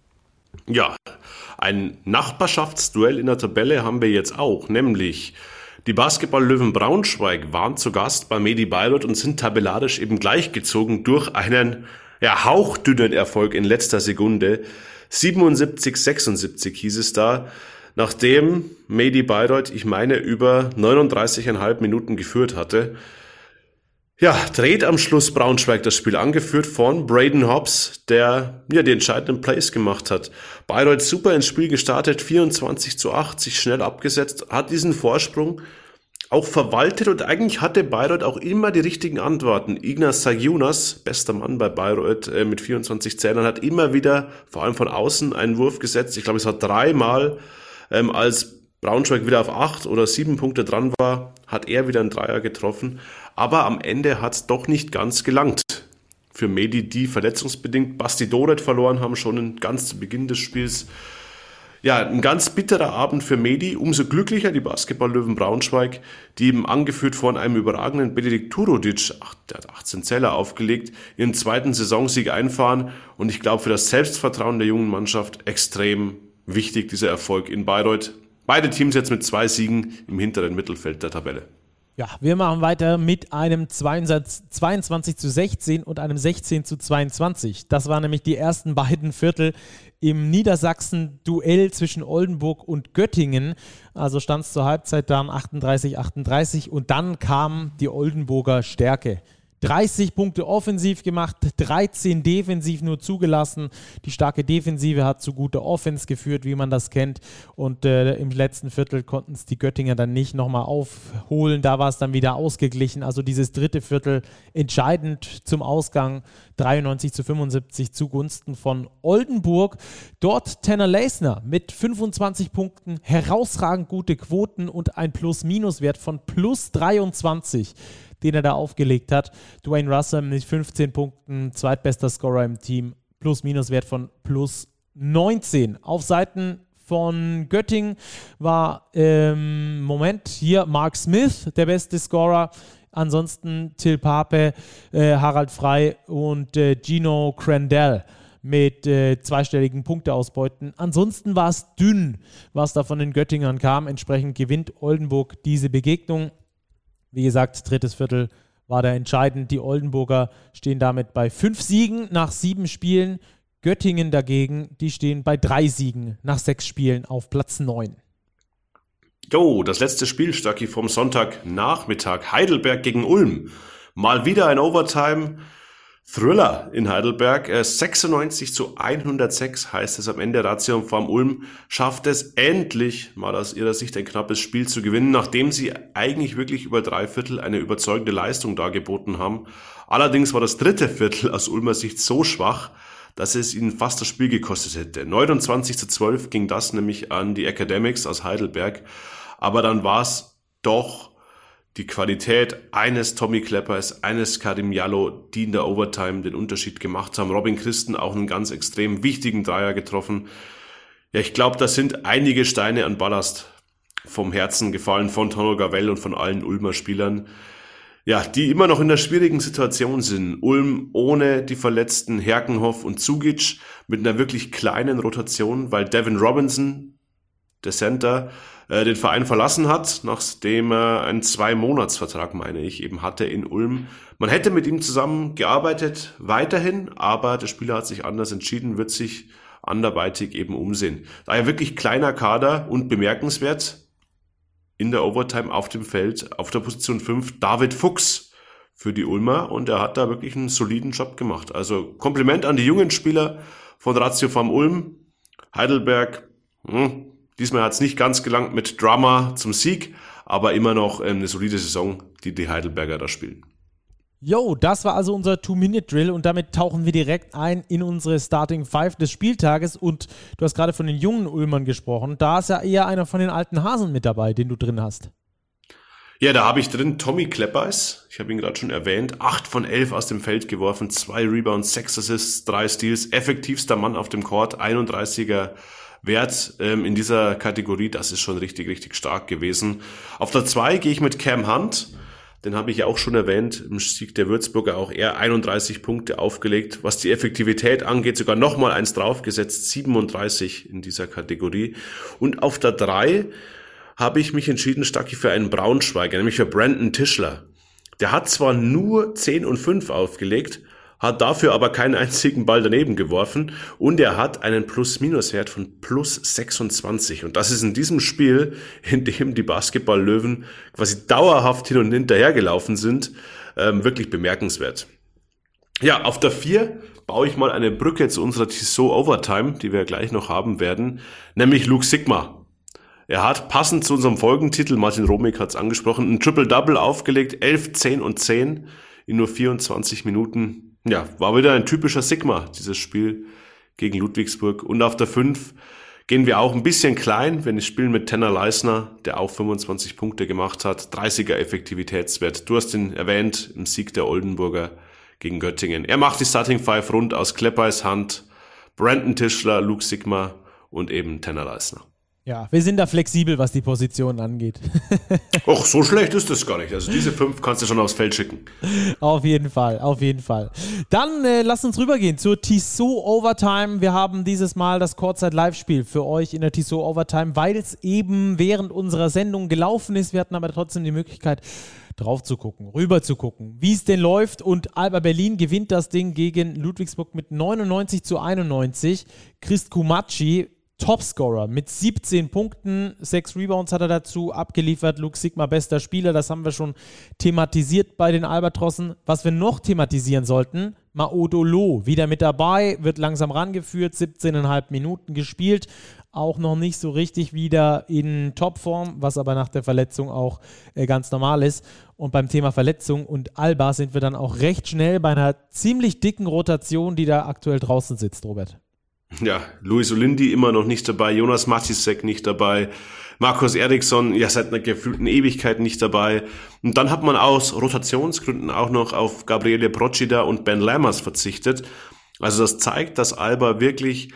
S2: Ja, ein Nachbarschaftsduell in der Tabelle haben wir jetzt auch, nämlich die Basketball-Löwen Braunschweig waren zu Gast bei Medi Bayreuth und sind tabellarisch eben gleichgezogen durch einen ja, hauchdünnen Erfolg in letzter Sekunde. siebenundsiebzig sechsundsiebzig hieß es da, nachdem Medi Bayreuth, ich meine, über neununddreißig Komma fünf Minuten geführt hatte. Ja, dreht am Schluss Braunschweig das Spiel, angeführt von Braden Hobbs, der ja die entscheidenden Plays gemacht hat. Bayreuth super ins Spiel gestartet, vierundzwanzig zu acht, sich schnell abgesetzt, hat diesen Vorsprung auch verwaltet und eigentlich hatte Bayreuth auch immer die richtigen Antworten. Ignaz Sayunas, bester Mann bei Bayreuth äh, mit vierundzwanzig Zählern, hat immer wieder, vor allem von außen, einen Wurf gesetzt. Ich glaube, es hat dreimal, ähm, als Braunschweig wieder auf acht oder sieben Punkte dran war, hat er wieder einen Dreier getroffen. Aber am Ende hat es doch nicht ganz gelangt für Medi, die verletzungsbedingt Basti Doret verloren haben, schon ganz zu Beginn des Spiels. Ja, ein ganz bitterer Abend für Medi, umso glücklicher die Basketball-Löwen Braunschweig, die eben angeführt von einem überragenden Benedikt Turudic, ach, der hat achtzehn Zähler aufgelegt, ihren zweiten Saisonsieg einfahren und ich glaube für das Selbstvertrauen der jungen Mannschaft extrem wichtig, dieser Erfolg in Bayreuth. Beide Teams jetzt mit zwei Siegen im hinteren Mittelfeld der Tabelle.
S1: Ja, wir machen weiter mit einem zweiundzwanzig zu sechzehn und einem sechzehn zu zweiundzwanzig. Das waren nämlich die ersten beiden Viertel im Niedersachsen-Duell zwischen Oldenburg und Göttingen. Also stand es zur Halbzeit dann achtunddreißig achtunddreißig und dann kam die Oldenburger Stärke. dreißig Punkte offensiv gemacht, dreizehn defensiv nur zugelassen. Die starke Defensive hat zu guter Offense geführt, wie man das kennt. Und äh, im letzten Viertel konnten es die Göttinger dann nicht nochmal aufholen. Da war es dann wieder ausgeglichen. Also dieses dritte Viertel entscheidend zum Ausgang. dreiundneunzig zu fünfundsiebzig zugunsten von Oldenburg. Dort Tanner Leisner mit fünfundzwanzig Punkten, herausragend gute Quoten und ein Plus-Minus-Wert von plus dreiundzwanzig, den er da aufgelegt hat. Dwayne Russell mit fünfzehn Punkten, zweitbester Scorer im Team, Plus-Minus-Wert von plus neunzehn. Auf Seiten von Göttingen war ähm, Moment hier Mark Smith der beste Scorer. Ansonsten Till Pape, äh, Harald Frey und äh, Gino Crandell mit äh, zweistelligen Punkteausbeuten. Ansonsten war es dünn, was da von den Göttingern kam. Entsprechend gewinnt Oldenburg diese Begegnung. Wie gesagt, drittes Viertel war da entscheidend. Die Oldenburger stehen damit bei fünf Siegen nach sieben Spielen. Göttingen dagegen, die stehen bei drei Siegen nach sechs Spielen auf Platz neun.
S2: Jo, das letzte Spiel, Stacki, vom Sonntagnachmittag. Heidelberg gegen Ulm. Mal wieder ein Overtime. Thriller in Heidelberg. sechsundneunzig zu hundertsechs heißt es am Ende. Ratio vom Ulm schafft es endlich, mal aus ihrer Sicht ein knappes Spiel zu gewinnen, nachdem sie eigentlich wirklich über drei Viertel eine überzeugende Leistung dargeboten haben. Allerdings war das dritte Viertel aus Ulmer Sicht so schwach, dass es ihnen fast das Spiel gekostet hätte. neunundzwanzig zu zwölf ging das nämlich an die Academics aus Heidelberg. Aber dann war es doch die Qualität eines Tommy Kleppers, eines Karim Jallo, die in der Overtime den Unterschied gemacht haben. Robin Christen auch einen ganz extrem wichtigen Dreier getroffen. Ja, ich glaube, da sind einige Steine an Ballast vom Herzen gefallen von Tonno Gavell und von allen Ulmer Spielern. Ja, die immer noch in der schwierigen Situation sind. Ulm ohne die verletzten Herkenhoff und Zugic mit einer wirklich kleinen Rotation, weil Devin Robinson, der Center, äh, den Verein verlassen hat, nachdem er einen Zwei-Monats-Vertrag, meine ich, eben hatte in Ulm. Man hätte mit ihm zusammen gearbeitet, weiterhin, aber der Spieler hat sich anders entschieden, wird sich anderweitig eben umsehen. Daher wirklich kleiner Kader und bemerkenswert in der Overtime auf dem Feld, auf der Position fünf, David Fuchs für die Ulmer und er hat da wirklich einen soliden Job gemacht. Also Kompliment an die jungen Spieler von Ratio vom Ulm. Heidelberg, hm, diesmal hat es nicht ganz gelangt mit Drama zum Sieg, aber immer noch eine solide Saison, die die Heidelberger da spielen.
S1: Jo, das war also unser Two-Minute-Drill und damit tauchen wir direkt ein in unsere Starting Five des Spieltages und du hast gerade von den jungen Ulmern gesprochen, da ist ja eher einer von den alten Hasen mit dabei, den du drin hast.
S2: Ja, da habe ich drin Tommy Kleppers, ich habe ihn gerade schon erwähnt, acht von elf aus dem Feld geworfen, zwei Rebounds, sechs Assists, drei Steals, effektivster Mann auf dem Court, einunddreißiger Wert ähm, in dieser Kategorie, das ist schon richtig, richtig stark gewesen. Auf der zwei gehe ich mit Cam Hunt. Den habe ich ja auch schon erwähnt, im Sieg der Würzburger auch er einunddreißig Punkte aufgelegt. Was die Effektivität angeht, sogar nochmal eins draufgesetzt, siebenunddreißig in dieser Kategorie. Und auf der drei habe ich mich entschieden, Stacki, für einen Braunschweiger, nämlich für Brandon Tischler. Der hat zwar nur zehn und fünf aufgelegt, hat dafür aber keinen einzigen Ball daneben geworfen und er hat einen Plus-Minus-Wert von plus sechsundzwanzig. Und das ist in diesem Spiel, in dem die Basketball-Löwen quasi dauerhaft hin und hinterher gelaufen sind, ähm, wirklich bemerkenswert. Ja, auf der vier baue ich mal eine Brücke zu unserer Tissot Overtime, die wir gleich noch haben werden, nämlich Luke Sigma. Er hat passend zu unserem Folgentitel, Martin Romig hat es angesprochen, ein Triple-Double aufgelegt, elf, zehn und zehn in nur vierundzwanzig Minuten. Ja, war wieder ein typischer Sigma, dieses Spiel gegen Ludwigsburg. Und auf der fünf gehen wir auch ein bisschen klein, wenn ich spiele mit Tanner Leisner, der auch fünfundzwanzig Punkte gemacht hat, dreißiger Effektivitätswert. Du hast ihn erwähnt, im Sieg der Oldenburger gegen Göttingen. Er macht die Starting Five rund aus Kleppeis Hand, Brandon Tischler, Luke Sigma und eben Tanner Leisner.
S1: Ja, wir sind da flexibel, was die Positionen angeht.
S2: Och, so schlecht ist das gar nicht. Also diese fünf kannst du schon aufs Feld schicken.
S1: Auf jeden Fall, auf jeden Fall. Dann äh, lasst uns rübergehen zur Tissot Overtime. Wir haben dieses Mal das Courtside-Live-Spiel für euch in der Tissot Overtime, weil es eben während unserer Sendung gelaufen ist. Wir hatten aber trotzdem die Möglichkeit, drauf zu gucken, rüber zu gucken, wie es denn läuft. Und Alba Berlin gewinnt das Ding gegen Ludwigsburg mit neunundneunzig zu einundneunzig. Chris Kumachi, Topscorer mit siebzehn Punkten, sechs Rebounds hat er dazu abgeliefert. Luke Sigma, bester Spieler, das haben wir schon thematisiert bei den Albatrossen. Was wir noch thematisieren sollten, Maodolo wieder mit dabei, wird langsam rangeführt, siebzehn Komma fünf Minuten gespielt, auch noch nicht so richtig wieder in Topform, was aber nach der Verletzung auch äh, ganz normal ist. Und beim Thema Verletzung und Alba sind wir dann auch recht schnell bei einer ziemlich dicken Rotation, die da aktuell draußen sitzt, Robert.
S2: Ja, Luis Olindi immer noch nicht dabei, Jonas Matisek nicht dabei, Markus Eriksson ja seit einer gefühlten Ewigkeit nicht dabei. Und dann hat man aus Rotationsgründen auch noch auf Gabriele Procida und Ben Lammers verzichtet. Also das zeigt, dass Alba wirklich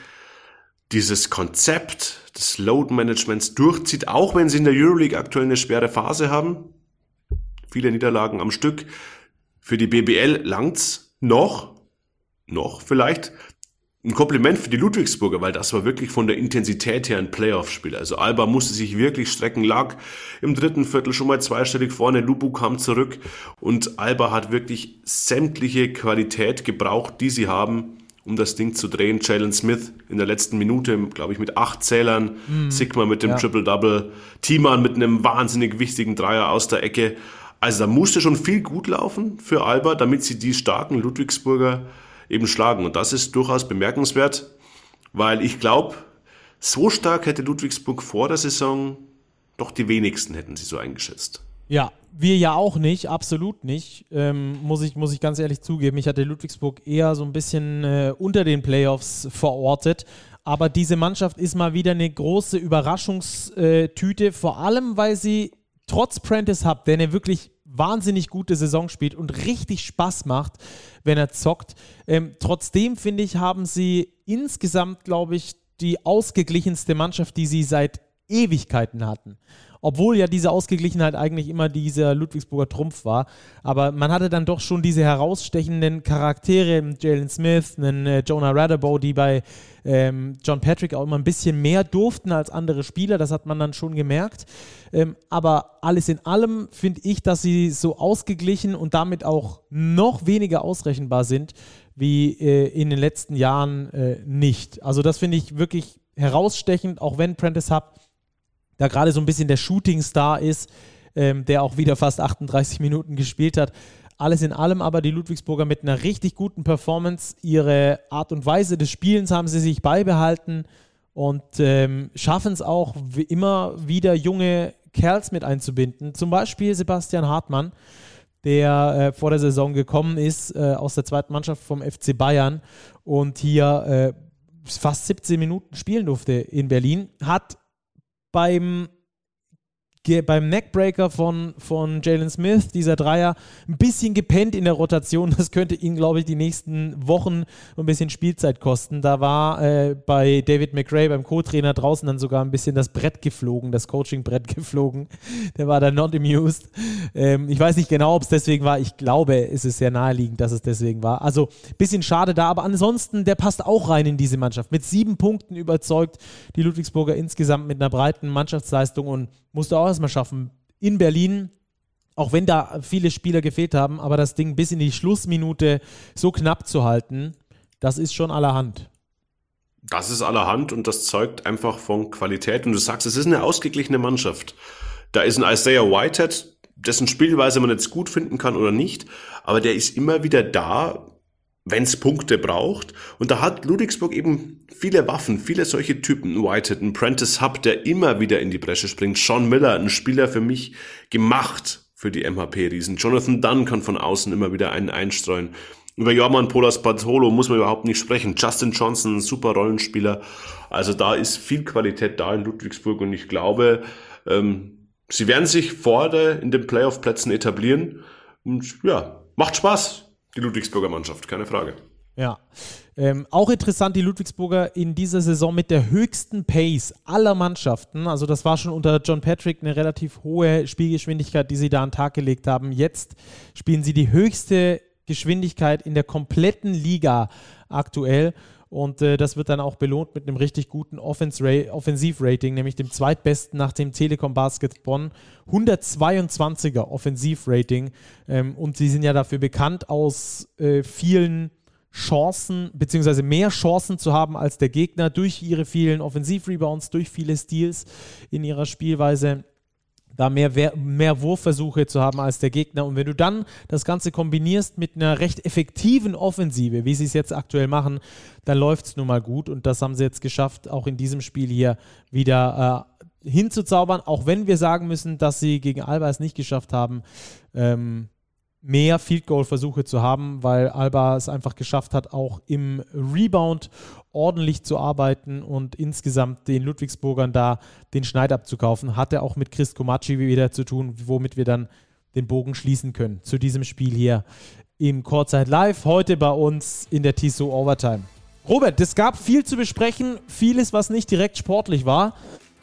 S2: dieses Konzept des Load-Managements durchzieht, auch wenn sie in der Euroleague aktuell eine schwere Phase haben. Viele Niederlagen am Stück. Für die B B L langt's noch, noch vielleicht. Ein Kompliment für die Ludwigsburger, weil das war wirklich von der Intensität her ein Playoff-Spiel. Also Alba musste sich wirklich strecken, lag im dritten Viertel schon mal zweistellig vorne, Lubu kam zurück und Alba hat wirklich sämtliche Qualität gebraucht, die sie haben, um das Ding zu drehen. Jalen Smith in der letzten Minute, glaube ich, mit acht Zählern, mhm. Sigma mit dem ja. Triple-Double, Thiemann mit einem wahnsinnig wichtigen Dreier aus der Ecke. Also da musste schon viel gut laufen für Alba, damit sie die starken Ludwigsburger eben schlagen. Und das ist durchaus bemerkenswert, weil ich glaube, so stark hätte Ludwigsburg vor der Saison doch die wenigsten hätten sie so eingeschätzt.
S1: Ja, wir ja auch nicht, absolut nicht, ähm, muss ich, muss ich ganz ehrlich zugeben. Ich hatte Ludwigsburg eher so ein bisschen äh, unter den Playoffs verortet, aber diese Mannschaft ist mal wieder eine große Überraschungstüte, vor allem, weil sie trotz Prentice Hub, der eine wirklich wahnsinnig gute Saison spielt und richtig Spaß macht, wenn er zockt. Ähm, trotzdem, finde ich, haben sie insgesamt, glaube ich, die ausgeglichenste Mannschaft, die sie seit Ewigkeiten hatten. Obwohl ja diese Ausgeglichenheit eigentlich immer dieser Ludwigsburger Trumpf war. Aber man hatte dann doch schon diese herausstechenden Charaktere, Jalen Smith, einen äh, Jonah Radabow, die bei ähm, John Patrick auch immer ein bisschen mehr durften als andere Spieler. Das hat man dann schon gemerkt. Ähm, aber alles in allem finde ich, dass sie so ausgeglichen und damit auch noch weniger ausrechenbar sind wie äh, in den letzten Jahren äh, nicht. Also das finde ich wirklich herausstechend, auch wenn Prentice Hub da gerade so ein bisschen der Shooting-Star ist, ähm, der auch wieder fast achtunddreißig Minuten gespielt hat. Alles in allem aber die Ludwigsburger mit einer richtig guten Performance. Ihre Art und Weise des Spielens haben sie sich beibehalten und ähm, schaffen es auch, wie immer wieder junge Kerls mit einzubinden. Zum Beispiel Sebastian Hartmann, der äh, vor der Saison gekommen ist äh, aus der zweiten Mannschaft vom F C Bayern und hier äh, fast siebzehn Minuten spielen durfte in Berlin, hat beim, beim Neckbreaker von, von Jalen Smith, dieser Dreier, ein bisschen gepennt in der Rotation. Das könnte ihn, glaube ich, die nächsten Wochen ein bisschen Spielzeit kosten. Da war äh, bei David McRae, beim Co-Trainer, draußen dann sogar ein bisschen das Brett geflogen, das Coaching-Brett geflogen. Der war da not amused. Ähm, ich weiß nicht genau, ob es deswegen war. Ich glaube, es ist sehr naheliegend, dass es deswegen war. Also ein bisschen schade da, aber ansonsten, der passt auch rein in diese Mannschaft. Mit sieben Punkten überzeugt die Ludwigsburger insgesamt mit einer breiten Mannschaftsleistung und musste auch erstmal schaffen, in Berlin, auch wenn da viele Spieler gefehlt haben, aber das Ding bis in die Schlussminute so knapp zu halten, das ist schon allerhand.
S2: Das ist allerhand und das zeugt einfach von Qualität. Und du sagst, es ist eine ausgeglichene Mannschaft. Da ist ein Isaiah Whitehead, dessen Spielweise man jetzt gut finden kann oder nicht, aber der ist immer wieder da, wenn es Punkte braucht. Und da hat Ludwigsburg eben viele Waffen, viele solche Typen. Whitehead, ein Prentice Hub, der immer wieder in die Bresche springt. Sean Miller, ein Spieler für mich gemacht für die M H P-Riesen. Jonathan Dunn kann von außen immer wieder einen einstreuen. Über Jorman Polas Bartolo muss man überhaupt nicht sprechen. Justin Johnson, ein super Rollenspieler. Also da ist viel Qualität da in Ludwigsburg und ich glaube, ähm, sie werden sich vorne in den Playoff-Plätzen etablieren. Und ja, macht Spaß. Die Ludwigsburger Mannschaft, keine Frage.
S1: Ja, ähm, auch interessant, die Ludwigsburger in dieser Saison mit der höchsten Pace aller Mannschaften. Also das war schon unter John Patrick eine relativ hohe Spielgeschwindigkeit, die sie da an den Tag gelegt haben. Jetzt spielen sie die höchste Geschwindigkeit in der kompletten Liga aktuell. Und äh, das wird dann auch belohnt mit einem richtig guten Offensivrating, nämlich dem zweitbesten nach dem Telekom Basket Bonn. hundertzweiundzwanziger Offensivrating. Ähm, und sie sind ja dafür bekannt, aus äh, vielen Chancen, beziehungsweise mehr Chancen zu haben als der Gegner durch ihre vielen Offensivrebounds, durch viele Steals in ihrer Spielweise. Da mehr, mehr Wurfversuche zu haben als der Gegner. Und wenn du dann das Ganze kombinierst mit einer recht effektiven Offensive, wie sie es jetzt aktuell machen, dann läuft es nun mal gut. Und das haben sie jetzt geschafft, auch in diesem Spiel hier wieder äh, hinzuzaubern. Auch wenn wir sagen müssen, dass sie gegen Alba es nicht geschafft haben, ähm, mehr Field-Goal-Versuche zu haben, weil Alba es einfach geschafft hat, auch im Rebound ordentlich zu arbeiten und insgesamt den Ludwigsburgern da den Schneid abzukaufen. Hatte auch mit Chris Komacsi wieder zu tun, womit wir dann den Bogen schließen können zu diesem Spiel hier im Courtside Live, heute bei uns in der Tissot Overtime. Robert, es gab viel zu besprechen, vieles, was nicht direkt sportlich war.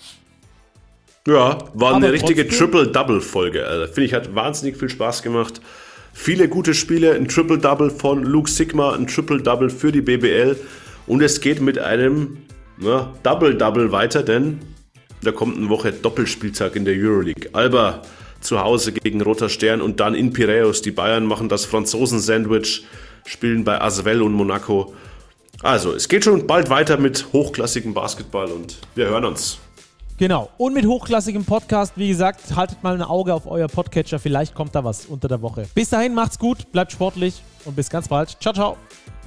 S2: Ja, war eine
S1: Aber
S2: richtige
S1: trotzdem-
S2: Triple-Double-Folge. Also, finde ich, hat wahnsinnig viel Spaß gemacht. Viele gute Spiele, ein Triple-Double von Luke Sigma, ein Triple-Double für die B B L. Und es geht mit einem ja, Double-Double weiter, denn da kommt eine Woche Doppelspieltag in der Euroleague. Alba zu Hause gegen Roter Stern und dann in Piräus. Die Bayern machen das Franzosen-Sandwich, spielen bei Asvel und Monaco. Also, es geht schon bald weiter mit hochklassigem Basketball und wir hören uns.
S1: Genau. Und mit hochklassigem Podcast, wie gesagt, haltet mal ein Auge auf euer Podcatcher. Vielleicht kommt da was unter der Woche. Bis dahin, macht's gut, bleibt sportlich und bis ganz bald. Ciao, ciao.